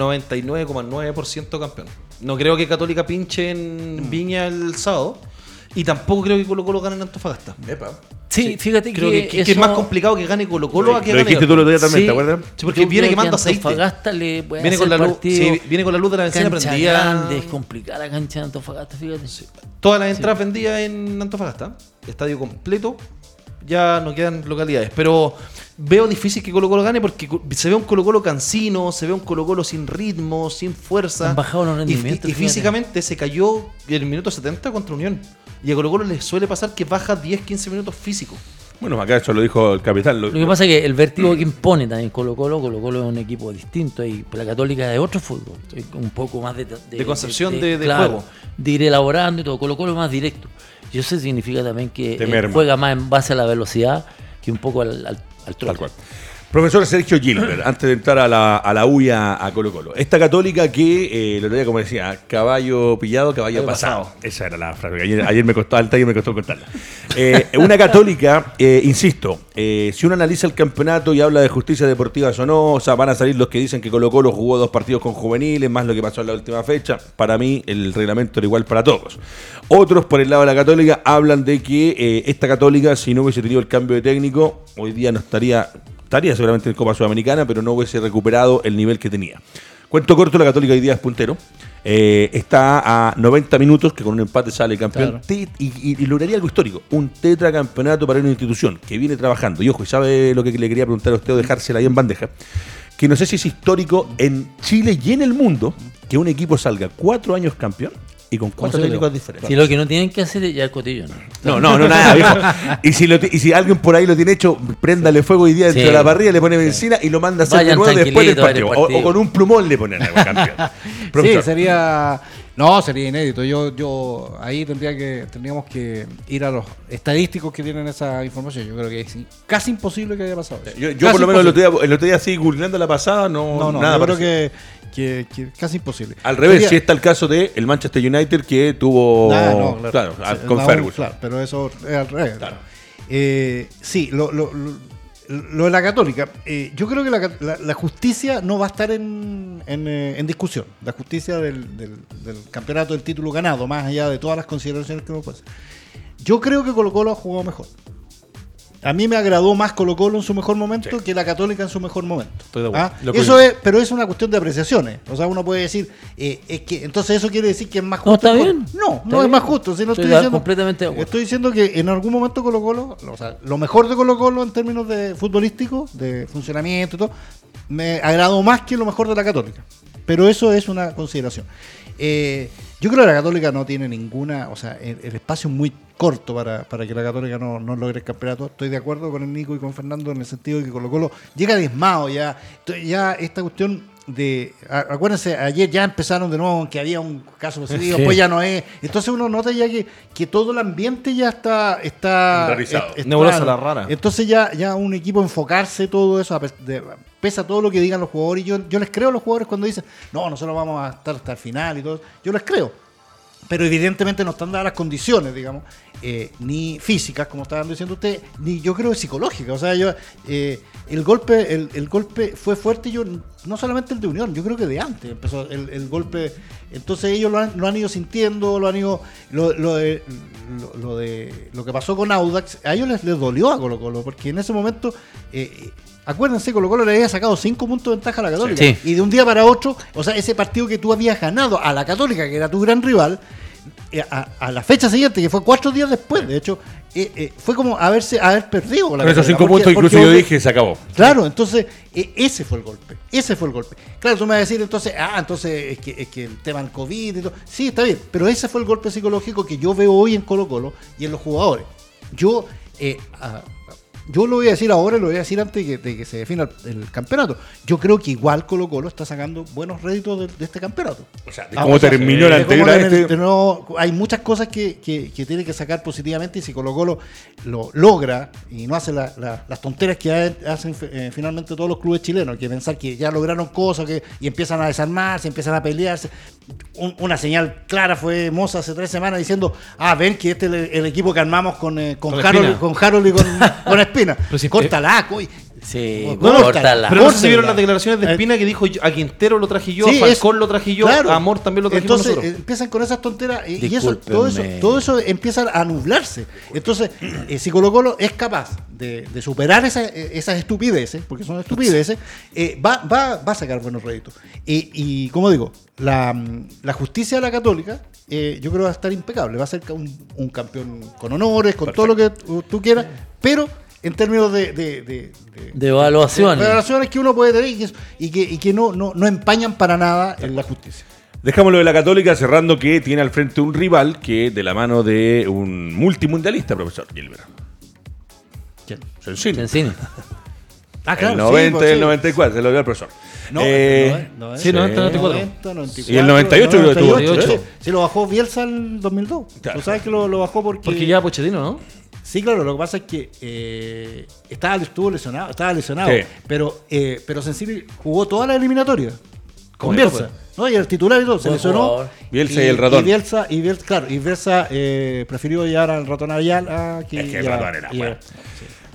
99,9% campeón. No creo que Católica pinche en Viña el sábado. Y tampoco creo que Colo-Colo gane en Antofagasta. Sí, fíjate creo que eso, es más complicado que gane Colo-Colo a que Lo gane dijiste tú el otro día también, sí, ¿te acuerdas? Sí, porque viene quemando aceite. Antofagasta le puede Viene hacer con la luz, partido. sí, viene con la luz de la bencina Cancha prendida. grande, es complicada la cancha de Antofagasta, fíjate. Todas las entradas vendidas en Antofagasta. Estadio completo. Ya no quedan localidades. Pero veo difícil que Colo-Colo gane porque se ve un Colo-Colo cansino, se ve un Colo-Colo sin ritmo, sin fuerza. Han bajado los rendimientos. Y físicamente se cayó en el minuto 70 contra Unión. Y a Colo-Colo le suele pasar que baja 10-15 minutos físicos. Bueno, acá eso lo dijo el capitán. Lo que pasa es que el vértigo que impone también Colo-Colo es un equipo distinto y la Católica es de otro fútbol, un poco más de concepción de claro, juego. De ir elaborando y todo. Colo-Colo es más directo. Y eso significa también que juega más en base a la velocidad que un poco al trote. Tal cual. Profesor Sergio Gilbert, antes de entrar a la UIA a Colo-Colo. Esta Católica que, lo tenía como decía, caballo pillado, caballo pasado. Esa era la frase. Ayer me costó alta y me costó contarla. Una Católica, insisto, si uno analiza el campeonato y habla de justicia deportiva o no, o sea, van a salir los que dicen que Colo-Colo jugó 2 partidos con juveniles, más lo que pasó en la última fecha. Para mí, el reglamento era igual para todos. Otros, por el lado de la Católica, hablan de que esta Católica, si no hubiese tenido el cambio de técnico, hoy día no estaría seguramente en Copa Sudamericana, pero no hubiese recuperado el nivel que tenía. Cuento corto, la Católica hoy día es puntero. Está a 90 minutos, que con un empate sale campeón. Claro. Y lograría algo histórico, un tetracampeonato para una institución que viene trabajando. Y ojo, y sabe lo que le quería preguntar a usted o dejársela ahí en bandeja, que no sé si es histórico en Chile y en el mundo que un equipo salga 4 años campeón y con 4 técnicos diferentes. Si lo que no tienen que hacer es ya el cotillón. No, nada, viejo. Y si alguien por ahí lo tiene hecho, préndale fuego hoy día dentro de la parrilla, le pone benzina y lo manda a hacer de nuevo después del partido. O con un plumón le ponen algo campeón. Sí, sería inédito. Yo ahí tendríamos que ir a los estadísticos que tienen esa información. Yo creo que es casi imposible que haya pasado eso. Yo por lo menos el otro día así googleando la pasada, nada. Yo creo que casi imposible. Al revés, si está el caso de el Manchester United que tuvo con Ferguson. Claro, pero eso es al revés. Claro. Sí, lo de la Católica, yo creo que la justicia no va a estar en discusión. La justicia del campeonato, del título ganado, más allá de todas las consideraciones que uno puede hacer. Yo creo que Colo-Colo ha jugado mejor. A mí me agradó más Colo-Colo en su mejor momento que la Católica en su mejor momento. Estoy de acuerdo. Pero es una cuestión de apreciaciones. O sea, uno puede decir, es que entonces eso quiere decir que es más justo. No, está bien. No es más justo. Si no estoy diciendo, completamente de acuerdo. Estoy diciendo que en algún momento Colo-Colo, o sea, lo mejor de Colo-Colo en términos de futbolístico, de funcionamiento y todo, me agradó más que lo mejor de la Católica. Pero eso es una consideración. Yo creo que la Católica no tiene ninguna, o sea, el espacio es muy corto para que la Católica no logre el campeonato. Estoy de acuerdo con el Nico y con Fernando en el sentido de que Colo-Colo llega diezmado ya. Ya esta cuestión de, acuérdense, ayer ya empezaron de nuevo que había un caso positivo, después ya no es. Entonces uno nota ya que todo el ambiente ya está nebulosa la rara. Entonces ya un equipo enfocarse todo eso, pese a todo lo que digan los jugadores, yo les creo a los jugadores cuando dicen, no, nosotros vamos a estar hasta el final y todo, yo les creo. Pero evidentemente no están dadas las condiciones, digamos, ni físicas, como estaban diciendo ustedes, ni yo creo psicológicas. O sea, el golpe fue fuerte, no solamente el de Unión, yo creo que de antes empezó el golpe. Entonces ellos lo han ido sintiendo, lo que pasó con Audax, a ellos les dolió a Colo-Colo, porque en ese momento... acuérdense, Colo-Colo le había sacado 5 puntos de ventaja a la Católica. Sí. Y de un día para otro, o sea, ese partido que tú habías ganado a la Católica, que era tu gran rival, a la fecha siguiente, que fue 4 días después, de hecho, fue como haber perdido. Con esos 5 puntos, incluso yo dije, se acabó. Claro, entonces, ese fue el golpe. Claro, tú me vas a decir, entonces es que el tema del COVID y todo. Sí, está bien, pero ese fue el golpe psicológico que yo veo hoy en Colo-Colo y en los jugadores. Yo lo voy a decir ahora y lo voy a decir antes de que se defina el campeonato. Yo creo que igual Colo-Colo está sacando buenos réditos de este campeonato. O sea, de cómo terminó el anterior a este. Hay muchas cosas que tiene que sacar positivamente, y si Colo-Colo lo logra y no hace las tonteras que hacen finalmente todos los clubes chilenos, que pensar que ya lograron cosas y empiezan a desarmarse, empiezan a pelearse. Una señal clara fue Moza hace 3 semanas diciendo, ven que este es el equipo que armamos con Harold y con Espina. Córtala, coy. Sí, córtala. Pero no sé si vieron las declaraciones de Espina que dijo, a Quintero lo traje yo, a Falcón lo traje yo, a Amor también lo trajimos nosotros. Entonces empiezan con esas tonteras y todo eso empieza a nublarse. Entonces, si Colo-Colo es capaz de superar esas estupideces, porque son estupideces, va a sacar buenos réditos. Y como digo, la justicia de la Católica, yo creo que va a estar impecable. Va a ser un campeón con honores, con todo lo que tú quieras, pero en términos de evaluaciones. De evaluaciones que uno puede tener y que no empañan para nada en la justicia. Dejamos lo de la Católica, cerrando que tiene al frente un rival que de la mano de un multimundialista, profesor Gilbert. ¿Quién? Cencini. Claro, el 90 y el sí. 94, se lo dio al profesor. Sí, 90-94. Y el 98 creo que tuvo. Sí, lo bajó Bielsa en 2002. Claro. Tú sabes que lo bajó porque ya Pochettino, ¿no? Sí, claro, lo que pasa es que estuvo lesionado, Sí. pero Cencini jugó toda la eliminatoria con ¿Cómo Bielsa. ¿No? Y el titular y todo, se lesionó. Bielsa y el ratón. Y Bielsa prefirió llevar al ratón Ayala que el ratón era bueno.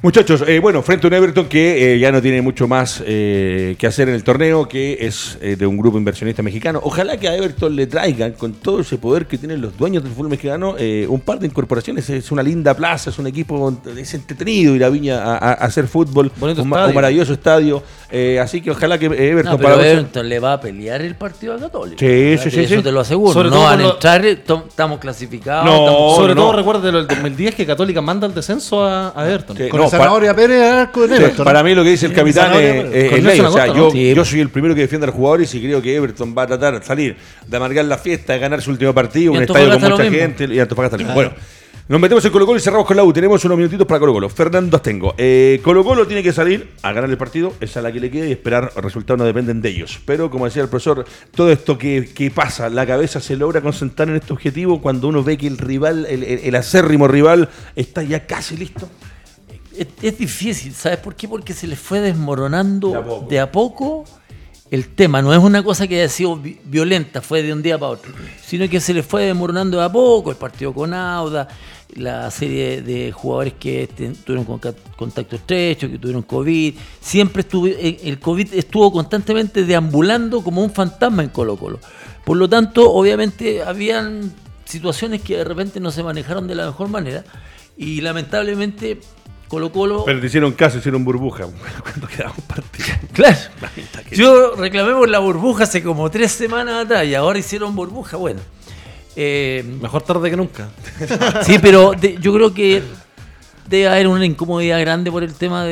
Muchachos, bueno, frente a un Everton que ya no tiene mucho más que hacer en el torneo, que es de un grupo inversionista mexicano. Ojalá que a Everton le traigan, con todo ese poder que tienen los dueños del fútbol mexicano, un par de incorporaciones. Es una linda plaza, es un equipo, es entretenido ir a Viña a hacer fútbol, un maravilloso estadio. Así que ojalá que Everton... No, pero Everton le va a pelear el partido a Católica. Sí. Eso te lo aseguro. Sobre no van a entrar, estamos clasificados. Sobre todo recuerda del 2010 que Católica manda el descenso a Everton. Sí, con Zanahoria Pérez al arco de Everton. Para mí lo que dice el capitán es ley. O sea, Acosta, yo soy el primero que defiende a los jugadores y creo que Everton va a tratar de salir, de amargar la fiesta, de ganar su último partido, un estadio con mucha gente, y Antofagasta lo mismo. Bueno, nos metemos en Colo-Colo y cerramos con la U. Tenemos unos minutitos para Colo-Colo. Fernando Astengo. Colo-Colo tiene que salir a ganar el partido, esa es la que le queda, y esperar resultados no dependen de ellos. Pero, como decía el profesor, todo esto que pasa, la cabeza se logra concentrar en este objetivo cuando uno ve que el rival, el acérrimo rival, está ya casi listo. Es difícil, ¿sabes por qué? Porque se les fue desmoronando de a poco el tema. No es una cosa que haya sido violenta, fue de un día para otro, sino que se les fue desmoronando de a poco. El partido con Auda, la serie de jugadores que tuvieron contacto estrecho, que tuvieron COVID. Siempre el COVID estuvo constantemente deambulando como un fantasma en Colo-Colo. Por lo tanto, obviamente, habían situaciones que de repente no se manejaron de la mejor manera y lamentablemente... Colo-Colo... Pero te hicieron caso, hicieron burbuja cuando quedaba un partido. Claro. Yo reclamé por la burbuja hace como 3 semanas atrás y ahora hicieron burbuja. Bueno. Mejor tarde que nunca. Sí, pero yo creo que debe haber una incomodidad grande por el tema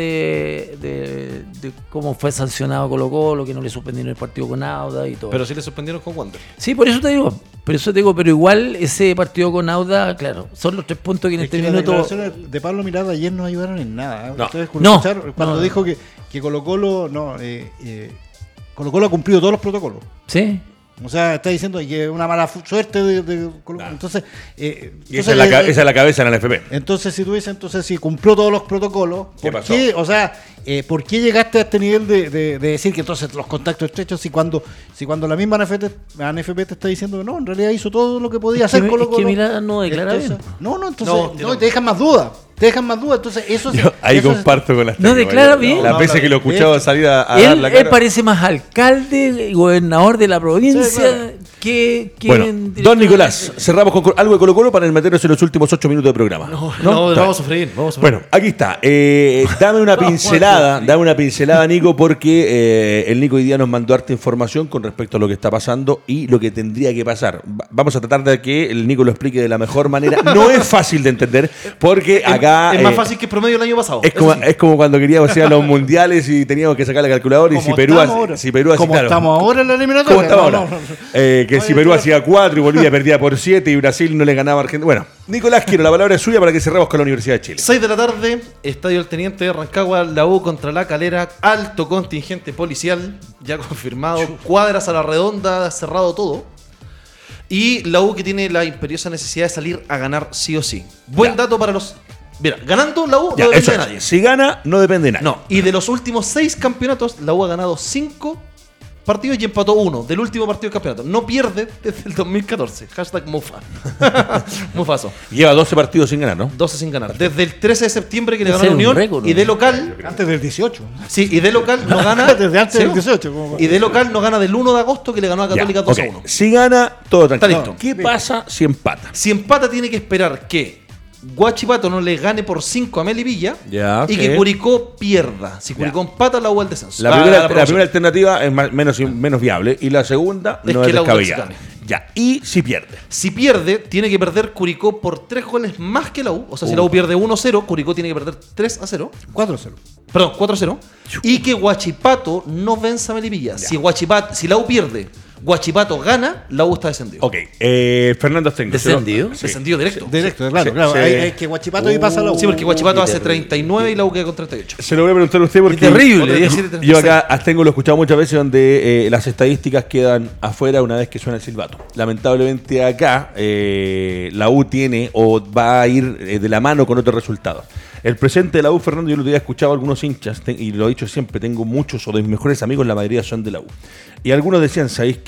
de cómo fue sancionado Colo-Colo, que no le suspendieron el partido con Auda y todo. Pero sí le suspendieron con Wander. Sí, por eso te digo. Pero igual ese partido con Auda, claro, son los 3 puntos que en este minuto... Las declaraciones de Pablo Miranda ayer no ayudaron en nada. No. Ustedes escucharon cuando dijo que Colo-Colo Colo-Colo ha cumplido todos los protocolos. Sí. O sea, está diciendo que es una mala suerte de Colo-Colo. Entonces, y esa es la cabeza en la NFP. Entonces, si tú dices, si cumplió todos los protocolos, ¿Qué pasó? O sea, ¿por qué llegaste a este nivel de decir que entonces los contactos estrechos, si cuando la misma NFP te está diciendo que no, en realidad hizo todo lo que podía hacer Colo-Colo? Es que Miranda no declara bien. No, te dejan más dudas. Entonces eso yo ahí comparto con las no declara bien. Las veces que lo escuchaba salir a dar la cara. Él parece más alcalde, gobernador de la provincia, sí, claro, que bueno, don Nicolás, cerramos con algo de Colo-Colo para meternos en los últimos 8 minutos de programa. No, vamos a freír. Bueno, aquí está. Dame una pincelada, Nico, porque el Nico hoy día nos mandó harta información con respecto a lo que está pasando y lo que tendría que pasar. Vamos a tratar de que el Nico lo explique de la mejor manera. No es fácil de entender, porque acá... Es más fácil que el promedio del año pasado. Es como cuando queríamos ir a los mundiales y teníamos que sacar la calculadora y si Perú estamos ahora en la eliminatoria. Si Perú hacía 4 y Bolivia perdía por 7 y Brasil no le ganaba a Argentina. Bueno, Nicolás, quiero la palabra es suya para que cerremos con la Universidad de Chile. 6 de la tarde, Estadio El Teniente de Rancagua, la U contra La Calera, alto contingente policial, ya confirmado, cuadras a la redonda, cerrado todo. Y la U que tiene la imperiosa necesidad de salir a ganar sí o sí. Buen dato para los... Mira, ganando la U no depende de nadie. Si gana, no depende de nadie. No, y de los últimos 6 campeonatos, la U ha ganado 5 partidos y empató 1 del último partido del campeonato. No pierde desde el 2014. Hashtag Mufa. Mufazo. Lleva 12 partidos sin ganar, ¿no? 12 sin ganar. Desde el 13 de septiembre que le ganó a la Unión récord, y de local... Antes del 18. Sí, y de local no gana... Desde antes del 18. Y de local no gana del 1 de agosto que le ganó a Católica 2-1. Si gana, todo tranquilo. Está listo. ¿Qué pasa si empata? Si empata tiene que esperar que Huachipato no le gane por 5 a Melipilla y que Curicó pierda. Si Curicó empata, la U al descenso. La primera alternativa es menos viable y la segunda no es descabellada. Ya, y si pierde. Si pierde, tiene que perder Curicó por 3 goles más que la U. O sea, si la U pierde 1-0, Curicó tiene que perder 3-0. 4-0. Perdón, 4-0. Y que Huachipato no venza a Melipilla. Si la U pierde, Huachipato gana, la U está descendido. Ok, Fernando Astengo. ¿Descendido? Sí. Descendido directo. Directo, claro. Es que Huachipato y pasa la U. Sí, porque Huachipato hace 39 y la U queda con 38. Se lo voy a preguntar a usted porque... terrible. Yo acá Astengo lo he escuchado muchas veces donde las estadísticas quedan afuera una vez que suena el silbato. Lamentablemente acá la U tiene o va a ir de la mano con otro resultado. El presidente de la U, Fernando, yo lo había escuchado a algunos hinchas, y lo he dicho siempre, tengo muchos o de mis mejores amigos, la mayoría son de la U. Y algunos decían, ¿sabéis qué?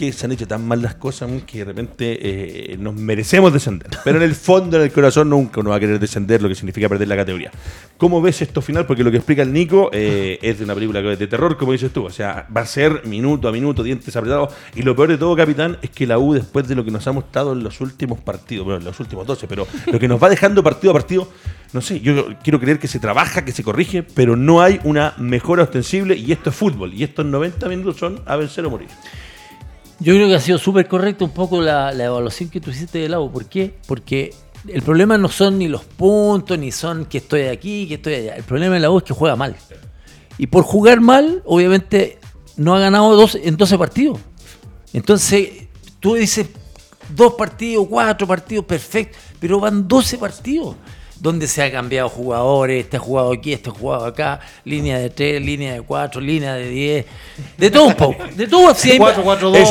que se han hecho tan mal las cosas que de repente nos merecemos descender. Pero en el fondo, en el corazón, nunca uno va a querer descender, lo que significa perder la categoría. ¿Cómo ves esto final? Porque lo que explica el Nico es de una película de terror, como dices tú. O sea, va a ser minuto a minuto, dientes apretados. Y lo peor de todo, capitán, es que la U, después de lo que nos ha mostrado en los últimos partidos, bueno, en los últimos 12, pero lo que nos va dejando partido a partido, no sé, yo quiero creer que se trabaja, que se corrige, pero no hay una mejora ostensible, y esto es fútbol, y estos 90 minutos son a vencer o morir. Yo creo que ha sido súper correcto un poco la evaluación que tú hiciste del AU. ¿Por qué? Porque el problema no son ni los puntos, ni son que estoy aquí, que estoy allá. El problema de la U es que juega mal. Y por jugar mal, obviamente, no ha ganado en 12 partidos. Entonces, tú dices 2 partidos, 4 partidos, perfecto, pero van 12 partidos. Donde se ha cambiado jugadores, este ha jugado aquí, este ha jugado acá, línea de 3, línea de 4, línea de 10, de todo un poco, de todo. 4-4-2,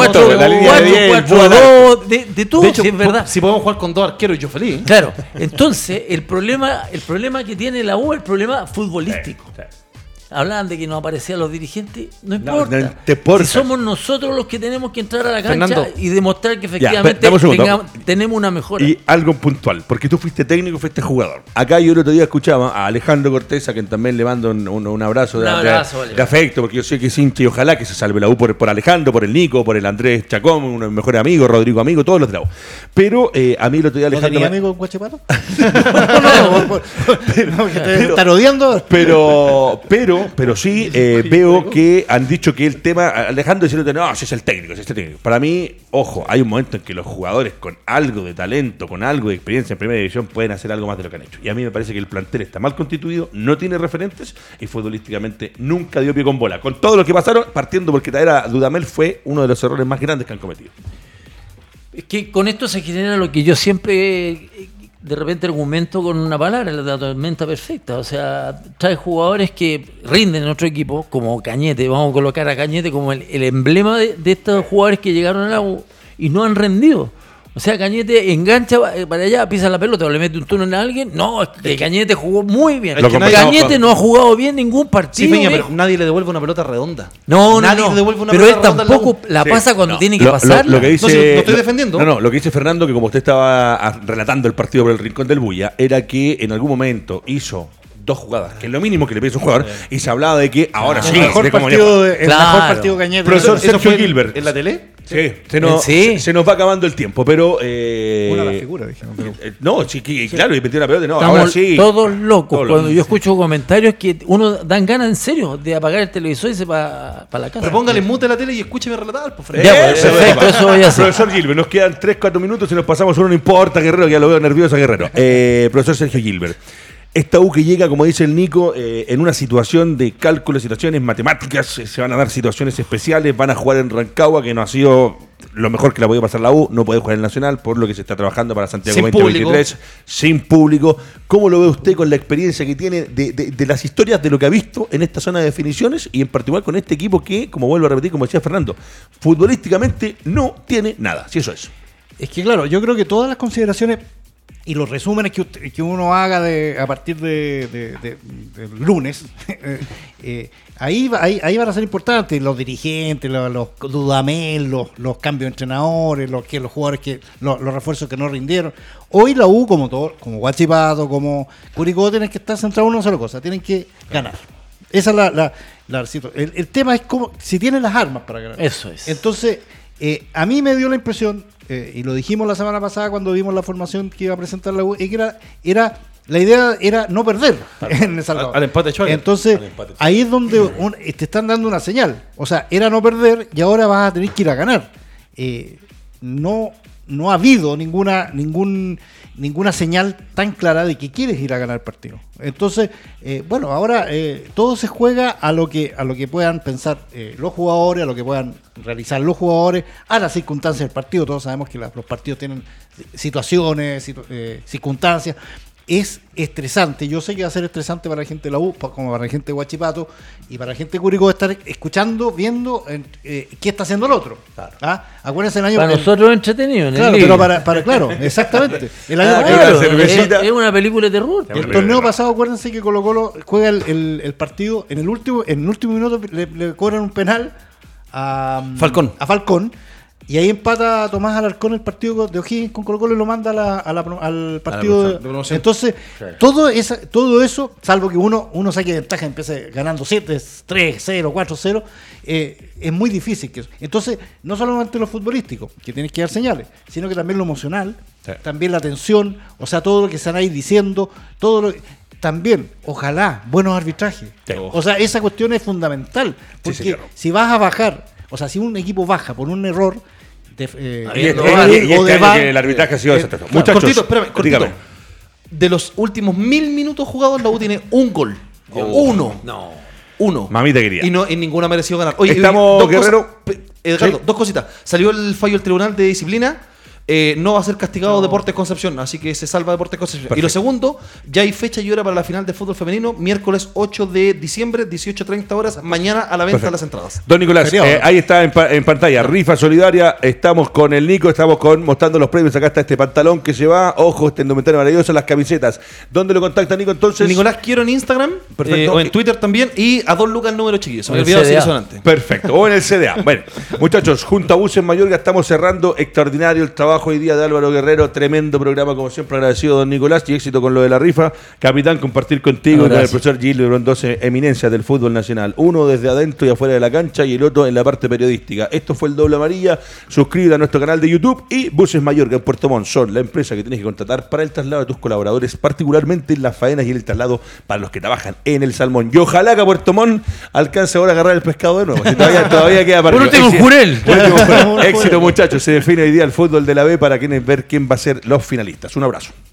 4-4-2, de todo, de hecho, si es verdad. Si podemos jugar con 2 arqueros, yo feliz. Claro, entonces el problema que tiene la U es el problema futbolístico. Hablaban de que no aparecían los dirigentes, no importa. No te importa. Si somos nosotros los que tenemos que entrar a la cancha, Fernando, y demostrar que efectivamente tenemos una mejora. Y algo puntual, porque tú fuiste técnico, fuiste jugador. Acá yo el otro día escuchaba a Alejandro Cortés, a quien también le mando un abrazo, de afecto, porque yo sé que es hincha y ojalá que se salve la U por Alejandro, por el Nico, por el Andrés Chacón, uno de mis mejores amigos, Rodrigo amigo, todos los de la U. Pero a mí el otro día Alejandro... ¿No tenía amigo en Guachipato? No, que te están odiando. Pero sí veo que han dicho que el tema, Alejandro diciendo, no, si es el técnico, si es el técnico. Para mí, ojo, hay un momento en que los jugadores con algo de talento, con algo de experiencia en primera división pueden hacer algo más de lo que han hecho. Y a mí me parece que el plantel está mal constituido, no tiene referentes y futbolísticamente nunca dio pie con bola. Con todo lo que pasaron, partiendo porque traer a Dudamel fue uno de los errores más grandes que han cometido. Es que con esto se genera lo que yo siempre... de repente argumento con una palabra, la tormenta perfecta. O sea, trae jugadores que rinden en otro equipo, como Cañete. Vamos a colocar a Cañete como el emblema de estos jugadores que llegaron a la U y no han rendido. O sea, Cañete engancha para allá, pisa la pelota o le mete un túnel a alguien. No, es que Cañete jugó muy bien. Cañete no ha jugado bien ningún partido. Sí, Peña, pero nadie le devuelve una pelota redonda. Nadie le devuelve una pelota redonda. Pero él tampoco la pasa cuando tiene que pasarla. Lo que dice, no estoy defendiendo. Lo que dice Fernando, que como usted estaba relatando el partido por el Rincón del Bulla, era que en algún momento hizo 2 jugadas, que es lo mínimo que le pide a un jugador, y se hablaba de que ahora sí, el mejor partido Cañete. Profesor Sergio Gilbert. ¿En la tele? Sí, se nos va acabando el tiempo, pero... una de las figuras, dijeron. No, sí, claro, y metió la pelota, no, estamos ahora sí. Todos locos. Cuando yo escucho comentarios que uno dan ganas en serio de apagar el televisor y se va para la casa. Pero póngale mute a la tele y escúcheme relatar, por favor. Perfecto, eso voy a hacer. Profesor Gilbert, nos quedan 3-4 minutos y nos pasamos uno, no importa, Guerrero, que ya lo veo nervioso, Guerrero. Profesor Sergio Gilbert. Esta U que llega, como dice el Nico, en una situación de cálculo, situaciones matemáticas, se van a dar situaciones especiales, van a jugar en Rancagua, que no ha sido lo mejor que la podía pasar la U, no puede jugar en el Nacional, por lo que se está trabajando para Santiago sin 2023, sin público. ¿Cómo lo ve usted con la experiencia que tiene de las historias de lo que ha visto en esta zona de definiciones y en particular con este equipo que, como vuelvo a repetir, como decía Fernando, futbolísticamente no tiene nada, si eso es? Es que claro, yo creo que todas las consideraciones y los resúmenes que uno haga a partir del lunes, ahí van a ser importantes los dirigentes, los Dudamel, los cambios de entrenadores, los jugadores los refuerzos que no rindieron. Hoy la U, como Guachipato, como Curicó, tienen que estar centrados en una sola cosa, tienen que ganar. Esa es la situación. El tema es si tienen las armas para ganar. Eso es. Entonces, a mí me dio la impresión, y lo dijimos la semana pasada cuando vimos la formación que iba a presentar la U, que la idea era no perder en El Salvador. Al empate Schwager. Entonces, ahí es donde te están dando una señal. O sea, era no perder y ahora vas a tener que ir a ganar. No ha habido ninguna señal tan clara de que quieres ir a ganar el partido. Entonces, ahora todo se juega a lo que puedan pensar los jugadores, a lo que puedan realizar los jugadores, a las circunstancias del partido. Todos sabemos que los partidos tienen situaciones, circunstancias. Es estresante. Yo sé que va a ser estresante para la gente de la U, como para la gente de Huachipato y para la gente de Curicó, estar escuchando, viendo qué está haciendo el otro. Claro. Acuérdense el año para nosotros entretenido en claro, el pero claro, exactamente. El año es una película de terror. El torneo pasado, acuérdense que Colo-Colo juega el partido en el último minuto le cobran un penal Falcón. Y ahí empata Tomás Alarcón el partido de O'Higgins con Colo-Colo y lo manda al partido de promoción. Entonces, todo eso, salvo que uno saque ventaja, empiece ganando 7-3, 0, 4-0, es muy difícil. Entonces, no solamente lo futbolístico, que tienes que dar señales, sino que también lo emocional, también la tensión, o sea, todo lo que están ahí diciendo, también, ojalá, buenos arbitrajes. O sea, esa cuestión es fundamental, porque si vas a bajar, o sea, si un equipo baja por un error el arbitraje ha sido desastroso. Muchachos, cortito. Dígame. De los últimos 1000 minutos jugados, la U tiene un gol. Uno. Mamita quería. Y no en ninguna mereció ganar. Oye, estamos, Guerrero. Edgardo, dos cositas. Salió el fallo del Tribunal de Disciplina. No va a ser castigado Deportes Concepción, así que se salva Deportes Concepción. Perfecto. Y lo segundo, ya hay fecha y hora para la final de fútbol femenino, miércoles 8 de diciembre, 18:30 horas, mañana a la venta de las entradas. Don Nicolás, ahí está en pantalla, rifa solidaria, estamos con el Nico, estamos mostrando los premios, acá está este pantalón que se va, ojo, este indumentario maravilloso, las camisetas. ¿Dónde lo contacta Nico entonces? Nicolás Quiero en Instagram, o en Twitter también, y a 2 lucas el número, chiquillos. Se me olvidó decir eso antes. Perfecto, o en el CDA. Bueno, muchachos, junto a Buses Mayorga estamos cerrando, extraordinario el trabajo hoy día de Álvaro Guerrero, tremendo programa, como siempre, agradecido don Nicolás y éxito con lo de la rifa. Capitán, compartir contigo y con el profesor Gilles Rondose, eminencias del fútbol nacional. Uno desde adentro y afuera de la cancha y el otro en la parte periodística. Esto fue el Doble Amarilla. Suscríbete a nuestro canal de YouTube y Buses Mayorga en Puerto Montt son la empresa que tienes que contratar para el traslado de tus colaboradores, particularmente en las faenas y en el traslado para los que trabajan en el salmón. Y ojalá que a Puerto Montt alcance ahora a agarrar el pescado de nuevo. Si todavía queda para Por último, Jurel. Éxito, muchachos. Se define hoy día el fútbol de la B para ver quién va a ser los finalistas. Un abrazo.